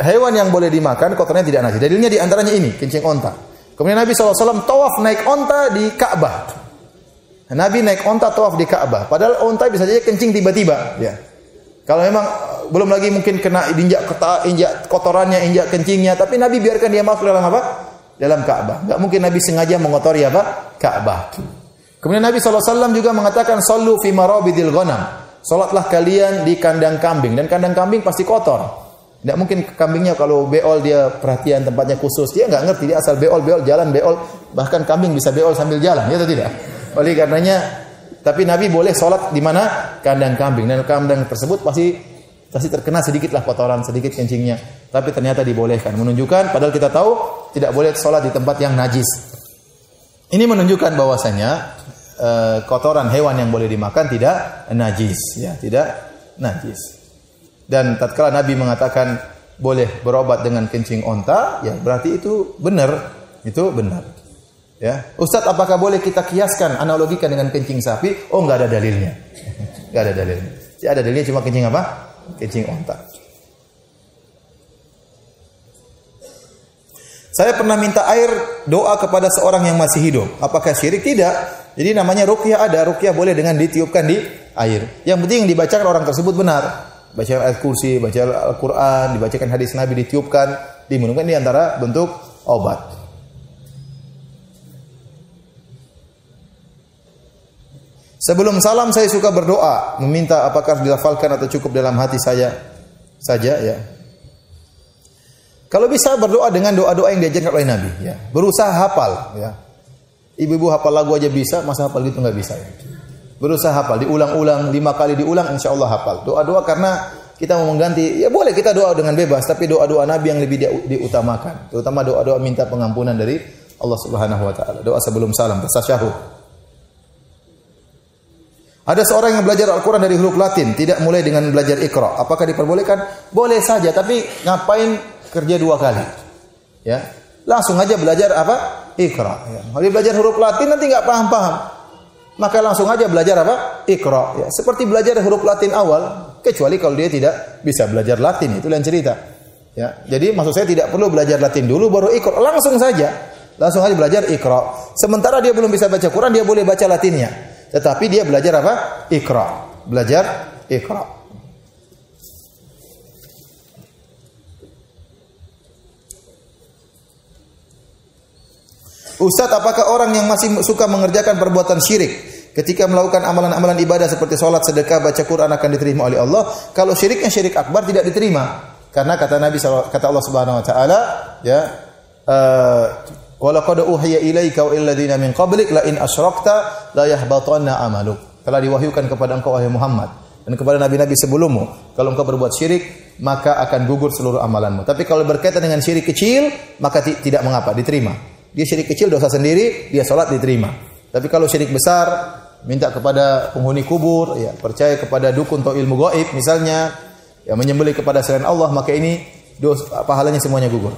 hewan yang boleh dimakan kotornya tidak najis. Dalilnya di antaranya ini, kencing onta. Kemudian Nabi shallallahu alaihi wasallam tawaf naik onta di Ka'bah. Nabi naik onta tawaf di Ka'bah. Padahal onta bisa saja kencing tiba-tiba. Ya. Kalau memang belum lagi mungkin kena injak injak kotorannya, injak kencingnya, tapi Nabi biarkan dia masuk dalam apa? Dalam Ka'bah. Enggak mungkin Nabi sengaja mengotori apa? Ka'bah. Kemudian Nabi shallallahu alaihi wasallam juga mengatakan, "Shallu fi marabidil ghanam." Salatlah kalian di kandang kambing, dan kandang kambing pasti kotor. Tidak mungkin kambingnya kalau beol dia perhatian tempatnya khusus. Dia enggak ngerti, dia asal beol-beol jalan beol, bahkan kambing bisa beol sambil jalan, ya atau tidak? Oleh karenanya, tapi Nabi boleh salat di mana? Kandang kambing, dan kandang tersebut pasti pasti terkena sedikitlah kotoran, sedikit kencingnya. Tapi ternyata dibolehkan, menunjukkan padahal kita tahu tidak boleh salat di tempat yang najis. Ini menunjukkan bahwasanya e, kotoran hewan yang boleh dimakan tidak najis, ya, tidak najis. Dan tatkala Nabi mengatakan boleh berobat dengan kencing onta, ya berarti itu benar, itu benar. Ya, Ustaz, apakah boleh kita kiaskan, analogikan dengan kencing sapi? Oh, enggak ada dalilnya. Enggak ada dalilnya. Jadi ada dalilnya cuma kencing apa? Kencing onta. Saya pernah minta air doa kepada seorang yang masih hidup. Apakah syirik? Tidak. Jadi namanya ruqyah ada, ruqyah boleh dengan ditiupkan di air. Yang penting yang dibacakan orang tersebut benar. Baca ayat kursi, baca Al-Qur'an, dibacakan hadis Nabi, ditiupkan, diminumkan, di antara bentuk obat. Sebelum salam saya suka berdoa, meminta apakah dilafalkan atau cukup dalam hati saya saja, ya. Kalau bisa berdoa dengan doa-doa yang diajarkan oleh Nabi, ya. Berusaha hafal, ya. Ibu-ibu hafal lagu aja bisa, masa hafal gitu enggak bisa, ya. Berusaha hafal, diulang-ulang, lima kali diulang, insya Allah hafal. Doa-doa karena kita mau mengganti, ya boleh kita doa dengan bebas, tapi doa-doa Nabi yang lebih diutamakan. Terutama doa-doa minta pengampunan dari Allah Subhanahu wa taala. Doa sebelum salam, tasyahud. Ada seorang yang belajar Al-Quran dari huruf Latin, tidak mulai dengan belajar Iqra. Apakah diperbolehkan? Boleh saja, tapi ngapain kerja dua kali? Ya, langsung aja belajar apa? Iqra. Ya. Kalau belajar huruf Latin nanti nggak paham-paham, maka langsung aja belajar apa? Iqra. Ya. Seperti belajar huruf Latin awal, kecuali kalau dia tidak bisa belajar Latin, itu lain cerita. Ya, jadi maksud saya tidak perlu belajar Latin dulu baru Iqra, langsung saja, langsung aja belajar Iqra. Sementara dia belum bisa baca Quran, dia boleh baca Latinnya. Tetapi dia belajar apa? Iqra. Belajar Iqra. Ustaz, apakah orang yang masih suka mengerjakan perbuatan syirik ketika melakukan amalan-amalan ibadah seperti sholat, sedekah, baca Quran akan diterima oleh Allah? Kalau syiriknya syirik akbar tidak diterima. Karena kata Nabi, kata Allah Subhanahu wa taala, ya, uh, wa laqad uhiya ilaika wa illadzina min qablik la in asyrakta la yahbatanna amaluk. Telah diwahyukan kepada engkau wahai Muhammad dan kepada nabi-nabi sebelummu, kalau engkau berbuat syirik maka akan gugur seluruh amalanmu. Tapi kalau berkaitan dengan syirik kecil maka t- tidak mengapa, diterima. Dia syirik kecil dosa sendiri, dia salat diterima. Tapi kalau syirik besar, minta kepada penghuni kubur, ya, percaya kepada dukun atau ilmu gaib misalnya, ya, menyembelih kepada selain Allah, maka ini dosa, pahalanya semuanya gugur.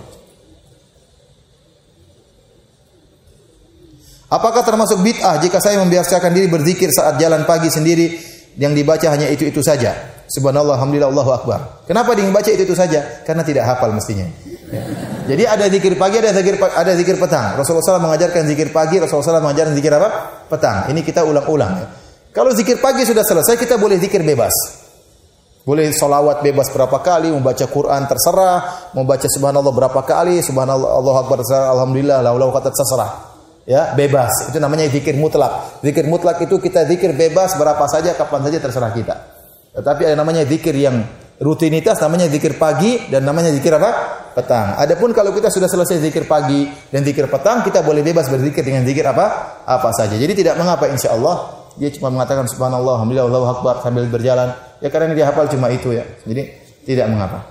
Apakah termasuk bid'ah jika saya membiasakan diri berzikir saat jalan pagi sendiri yang dibaca hanya itu-itu saja? Subhanallah, alhamdulillah, Allahu akbar. Kenapa dia membaca itu-itu saja? Karena tidak hafal mestinya. Ya. Jadi ada zikir pagi, ada zikir ada zikir petang. Rasulullah shallallahu alaihi wasallam mengajarkan zikir pagi, Rasulullah shallallahu alaihi wasallam mengajarkan zikir apa? Petang. Ini kita ulang-ulang. Ya. Kalau zikir pagi sudah selesai, kita boleh zikir bebas. Boleh solawat bebas berapa kali, membaca Quran terserah, membaca subhanallah berapa kali, subhanallah, Allahu akbar terserah, alhamdulillah, la ilaha illallah terserah. Ya, bebas. Itu namanya zikir mutlak. Zikir mutlak itu kita zikir bebas berapa saja, kapan saja terserah kita. Tetapi ada namanya zikir yang rutinitas, namanya zikir pagi, dan namanya zikir apa? Petang. Adapun kalau kita sudah selesai zikir pagi dan zikir petang, kita boleh bebas berzikir dengan zikir apa? Apa saja. Jadi tidak mengapa, insyaallah. Dia cuma mengatakan subhanallah, alhamdulillah, Allahu akbar sambil berjalan. Ya karena dia hafal cuma itu ya. Jadi tidak mengapa.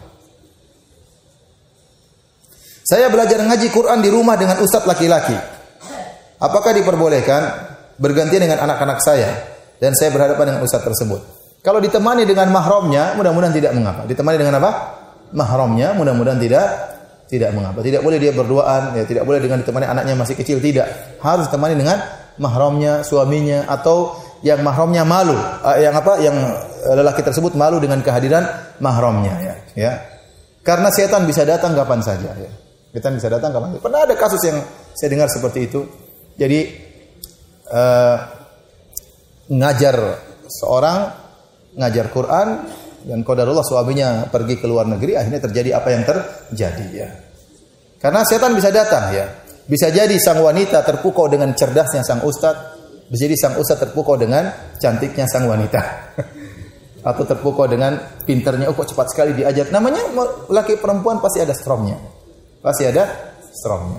Saya belajar ngaji Quran di rumah dengan ustaz laki-laki. Apakah diperbolehkan bergantian dengan anak-anak saya dan saya berhadapan dengan ustaz tersebut? Kalau ditemani dengan mahramnya, mudah-mudahan tidak mengapa. Ditemani dengan apa? Mahramnya, mudah-mudahan tidak tidak mengapa. Tidak boleh dia berduaan, ya, tidak boleh dengan ditemani anaknya masih kecil, tidak. Harus ditemani dengan mahramnya, suaminya, atau yang mahramnya malu, uh, yang apa? Yang lelaki tersebut malu dengan kehadiran mahramnya, ya. Ya. Karena setan bisa datang kapan saja ya. Setan bisa datang kapan saja. Pernah ada kasus yang saya dengar seperti itu. Jadi uh, ngajar seorang ngajar Quran dan qadarullah suaminya pergi ke luar negeri, akhirnya terjadi apa yang terjadi ya. Karena setan bisa datang ya. Bisa jadi sang wanita terpukau dengan cerdasnya sang ustaz. Bisa jadi sang ustaz terpukau dengan cantiknya sang wanita. Atau terpukau dengan pinternya, oh kok cepat sekali diajar. Namanya laki perempuan pasti ada strongnya. Pasti ada strongnya.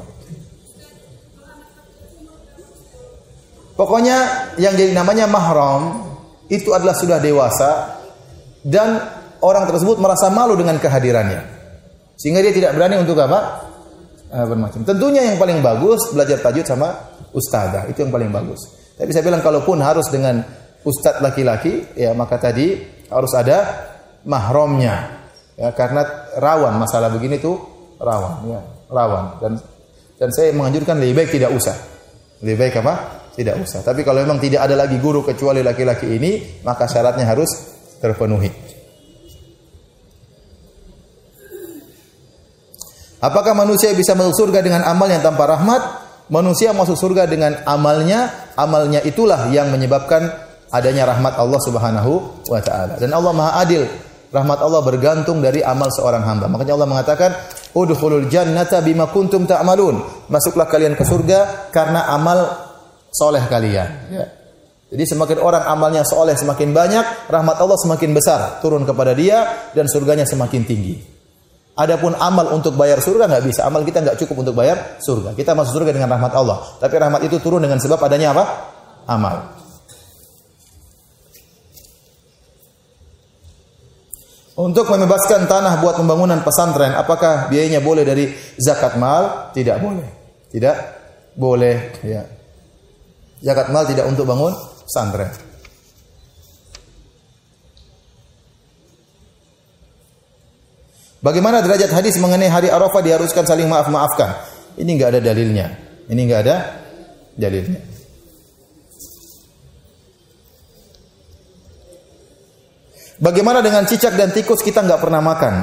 Pokoknya yang jadi namanya mahram itu adalah sudah dewasa dan orang tersebut merasa malu dengan kehadirannya. Sehingga dia tidak berani untuk apa? Bermacam. Tentunya yang paling bagus belajar tajwid sama ustazah, itu yang paling bagus. Tapi saya bilang kalaupun harus dengan ustaz laki-laki, ya maka tadi harus ada mahramnya. Ya, karena rawan masalah begini tuh rawan, ya, rawan. Dan dan saya menganjurkan lebih baik tidak usah. Lebih baik apa? Tidak usah. Tapi kalau memang tidak ada lagi guru kecuali laki-laki ini, maka syaratnya harus terpenuhi. Apakah manusia bisa masuk surga dengan amal yang tanpa rahmat? Manusia masuk surga dengan amalnya, amalnya itulah yang menyebabkan adanya rahmat Allah Subhanahu wa taala. Dan Allah Maha Adil. Rahmat Allah bergantung dari amal seorang hamba. Makanya Allah mengatakan, "Udkhulul jannata bima kuntum ta'malun." Masuklah kalian ke surga karena amal soleh kalian. Ya. Jadi semakin orang amalnya soleh semakin banyak, rahmat Allah semakin besar turun kepada dia dan surganya semakin tinggi. Adapun amal untuk bayar surga nggak bisa. Amal kita nggak cukup untuk bayar surga. Kita masuk surga dengan rahmat Allah. Tapi rahmat itu turun dengan sebab adanya apa? Amal. Untuk membebaskan tanah buat pembangunan pesantren, apakah biayanya boleh dari zakat mal? Tidak boleh. Tidak boleh. Ya. Zakat mal tidak untuk bangun pesantren. Bagaimana derajat hadis mengenai hari Arafah diharuskan saling maaf-maafkan? Ini enggak ada dalilnya. Ini enggak ada dalilnya. Bagaimana dengan cicak dan tikus kita enggak pernah makan?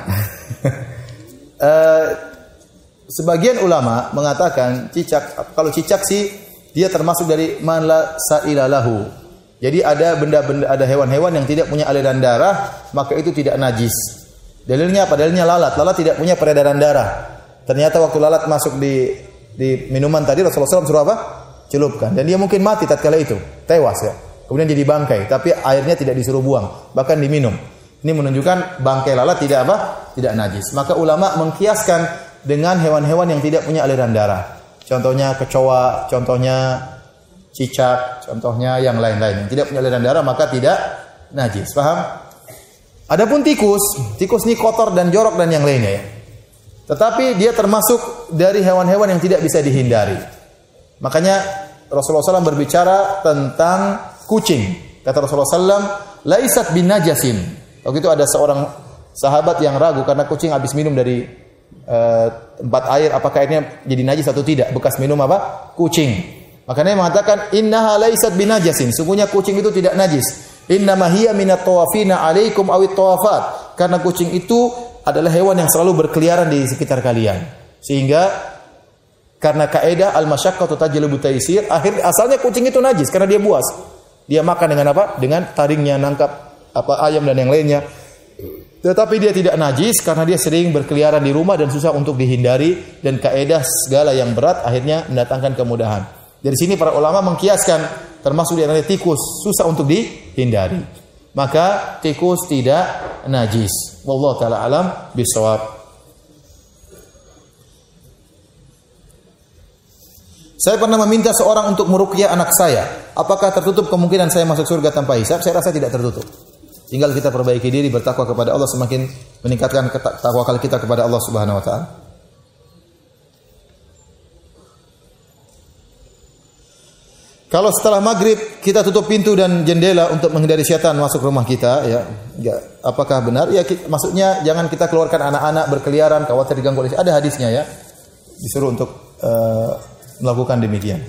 uh, sebagian ulama mengatakan cicak, kalau cicak sih dia termasuk dari man la sa'ila lahu. Jadi ada benda-benda, ada hewan-hewan yang tidak punya aliran darah, maka itu tidak najis. Dalilnya apa? Dalilnya lalat. Lalat tidak punya peredaran darah. Ternyata waktu lalat masuk di di minuman tadi Rasulullah shallallahu alaihi wasallam suruh apa? Celupkan. Dan dia mungkin mati tatkala itu, tewas ya. Kemudian jadi bangkai, tapi airnya tidak disuruh buang, bahkan diminum. Ini menunjukkan bangkai lalat tidak apa? Tidak najis. Maka ulama mengkiaskan dengan hewan-hewan yang tidak punya aliran darah. Contohnya kecoa, contohnya cicak, contohnya yang lain-lain yang tidak punya aliran darah maka tidak najis. Paham? Adapun tikus, tikus ini kotor dan jorok dan yang lainnya ya. Tetapi dia termasuk dari hewan-hewan yang tidak bisa dihindari. Makanya Rasulullah shallallahu alaihi wasallam berbicara tentang kucing. Kata Rasulullah shallallahu alaihi wasallam, "Laisat bin najasin." Waktu itu ada seorang sahabat yang ragu karena kucing habis minum dari uh, tempat air, apakah airnya jadi najis atau tidak? Bekas minum apa? Kucing. Makanya dia mengatakan, "Innaha laisat bin najasin." Sungguhnya kucing itu tidak najis. Innama hiya minat tawafina alaikum awit tawafat. Karena kucing itu adalah hewan yang selalu berkeliaran di sekitar kalian. Sehingga karena kaidah al-masyaqqatu tajlibu taysir, akhir asalnya kucing itu najis karena dia buas. Dia makan dengan apa? Dengan taringnya, nangkap apa ayam dan yang lainnya. Tetapi dia tidak najis karena dia sering berkeliaran di rumah dan susah untuk dihindari, dan kaidah segala yang berat akhirnya mendatangkan kemudahan. Dari sini para ulama mengkiaskan termasuk di antara tikus susah untuk dihindari. Maka tikus tidak najis. Wallahu taala alam bisawab. Saya pernah meminta seorang untuk meruqyah anak saya. Apakah tertutup kemungkinan saya masuk surga tanpa hisab? Saya rasa tidak tertutup. Tinggal kita perbaiki diri, bertakwa kepada Allah, semakin meningkatkan tawakal kita kepada Allah Subhanahu wa taala. Kalau setelah maghrib kita tutup pintu dan jendela untuk menghindari syaitan masuk rumah kita, ya, ya apakah benar? Ya, kita, maksudnya jangan kita keluarkan anak-anak berkeliaran, khawatir diganggu oleh. Ada hadisnya ya, disuruh untuk uh, melakukan demikian.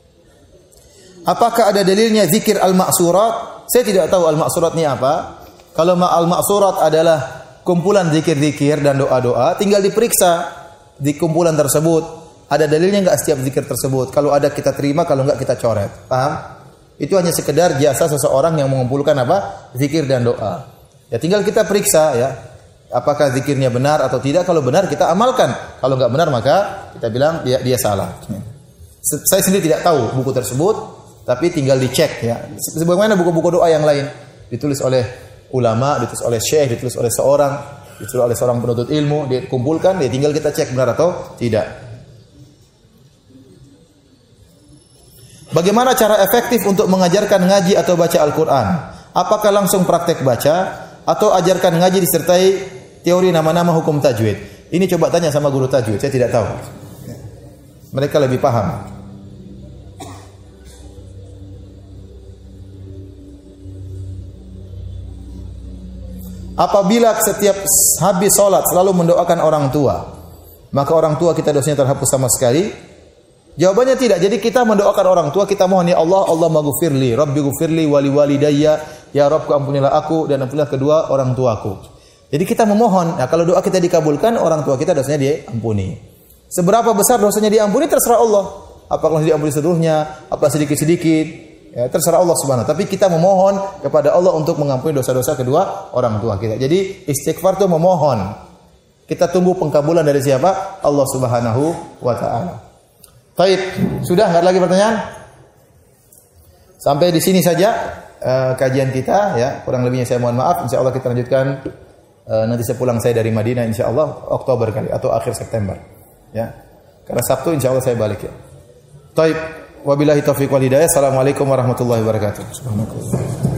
Apakah ada dalilnya zikir al-ma'surat? Saya tidak tahu al-ma'surat ini apa. Kalau al-ma'surat adalah kumpulan zikir-zikir dan doa-doa, tinggal diperiksa di kumpulan tersebut. Ada dalilnya enggak setiap zikir tersebut? Kalau ada kita terima, kalau enggak kita coret. Paham? Itu hanya sekedar jasa seseorang yang mengumpulkan apa? Zikir dan doa. Ya tinggal kita periksa ya. Apakah zikirnya benar atau tidak? Kalau benar kita amalkan. Kalau enggak benar maka kita bilang dia dia salah. Saya sendiri tidak tahu buku tersebut, tapi tinggal dicek ya. Sebagaimana buku-buku doa yang lain ditulis oleh ulama, ditulis oleh syekh, ditulis oleh seorang, ditulis oleh seorang penuntut ilmu, dia kumpulkan, dia tinggal kita cek benar atau tidak. Bagaimana cara efektif untuk mengajarkan ngaji atau baca Al-Quran? Apakah langsung praktek baca atau ajarkan ngaji disertai teori nama-nama hukum tajwid? Ini coba tanya sama guru tajwid, saya tidak tahu. Mereka lebih paham. Apabila setiap habis sholat selalu mendoakan orang tua, maka orang tua kita dosanya terhapus sama sekali? Jawabannya tidak. Jadi kita mendoakan orang tua, kita mohon ya Allah, Allah maghfirli, Rabbi ghfirli wali walidayya, ya Rabbku ampunilah aku dan ampunilah kedua orang tuaku. Jadi kita memohon. Nah, kalau doa kita dikabulkan, orang tua kita dosanya diampuni. Seberapa besar dosanya diampuni terserah Allah. Apakah diampuni seluruhnya, apa sedikit-sedikit? Ya, terserah Allah Subhanahu. Tapi kita memohon kepada Allah untuk mengampuni dosa-dosa kedua orang tua kita. Jadi istighfar itu memohon. Kita tunggu pengkabulan dari siapa? Allah Subhanahu wa taala. Baik, sudah enggak lagi pertanyaan? Sampai di sini saja uh, kajian kita ya. Kurang lebihnya saya mohon maaf. Insyaallah kita lanjutkan uh, nanti sepulang saya dari Madinah insyaallah Oktober kali atau akhir September. Ya. Karena Sabtu insyaallah saya balik ya. Baik. Wabillahi taufiq wal hidayah. Assalamualaikum warahmatullahi wabarakatuh.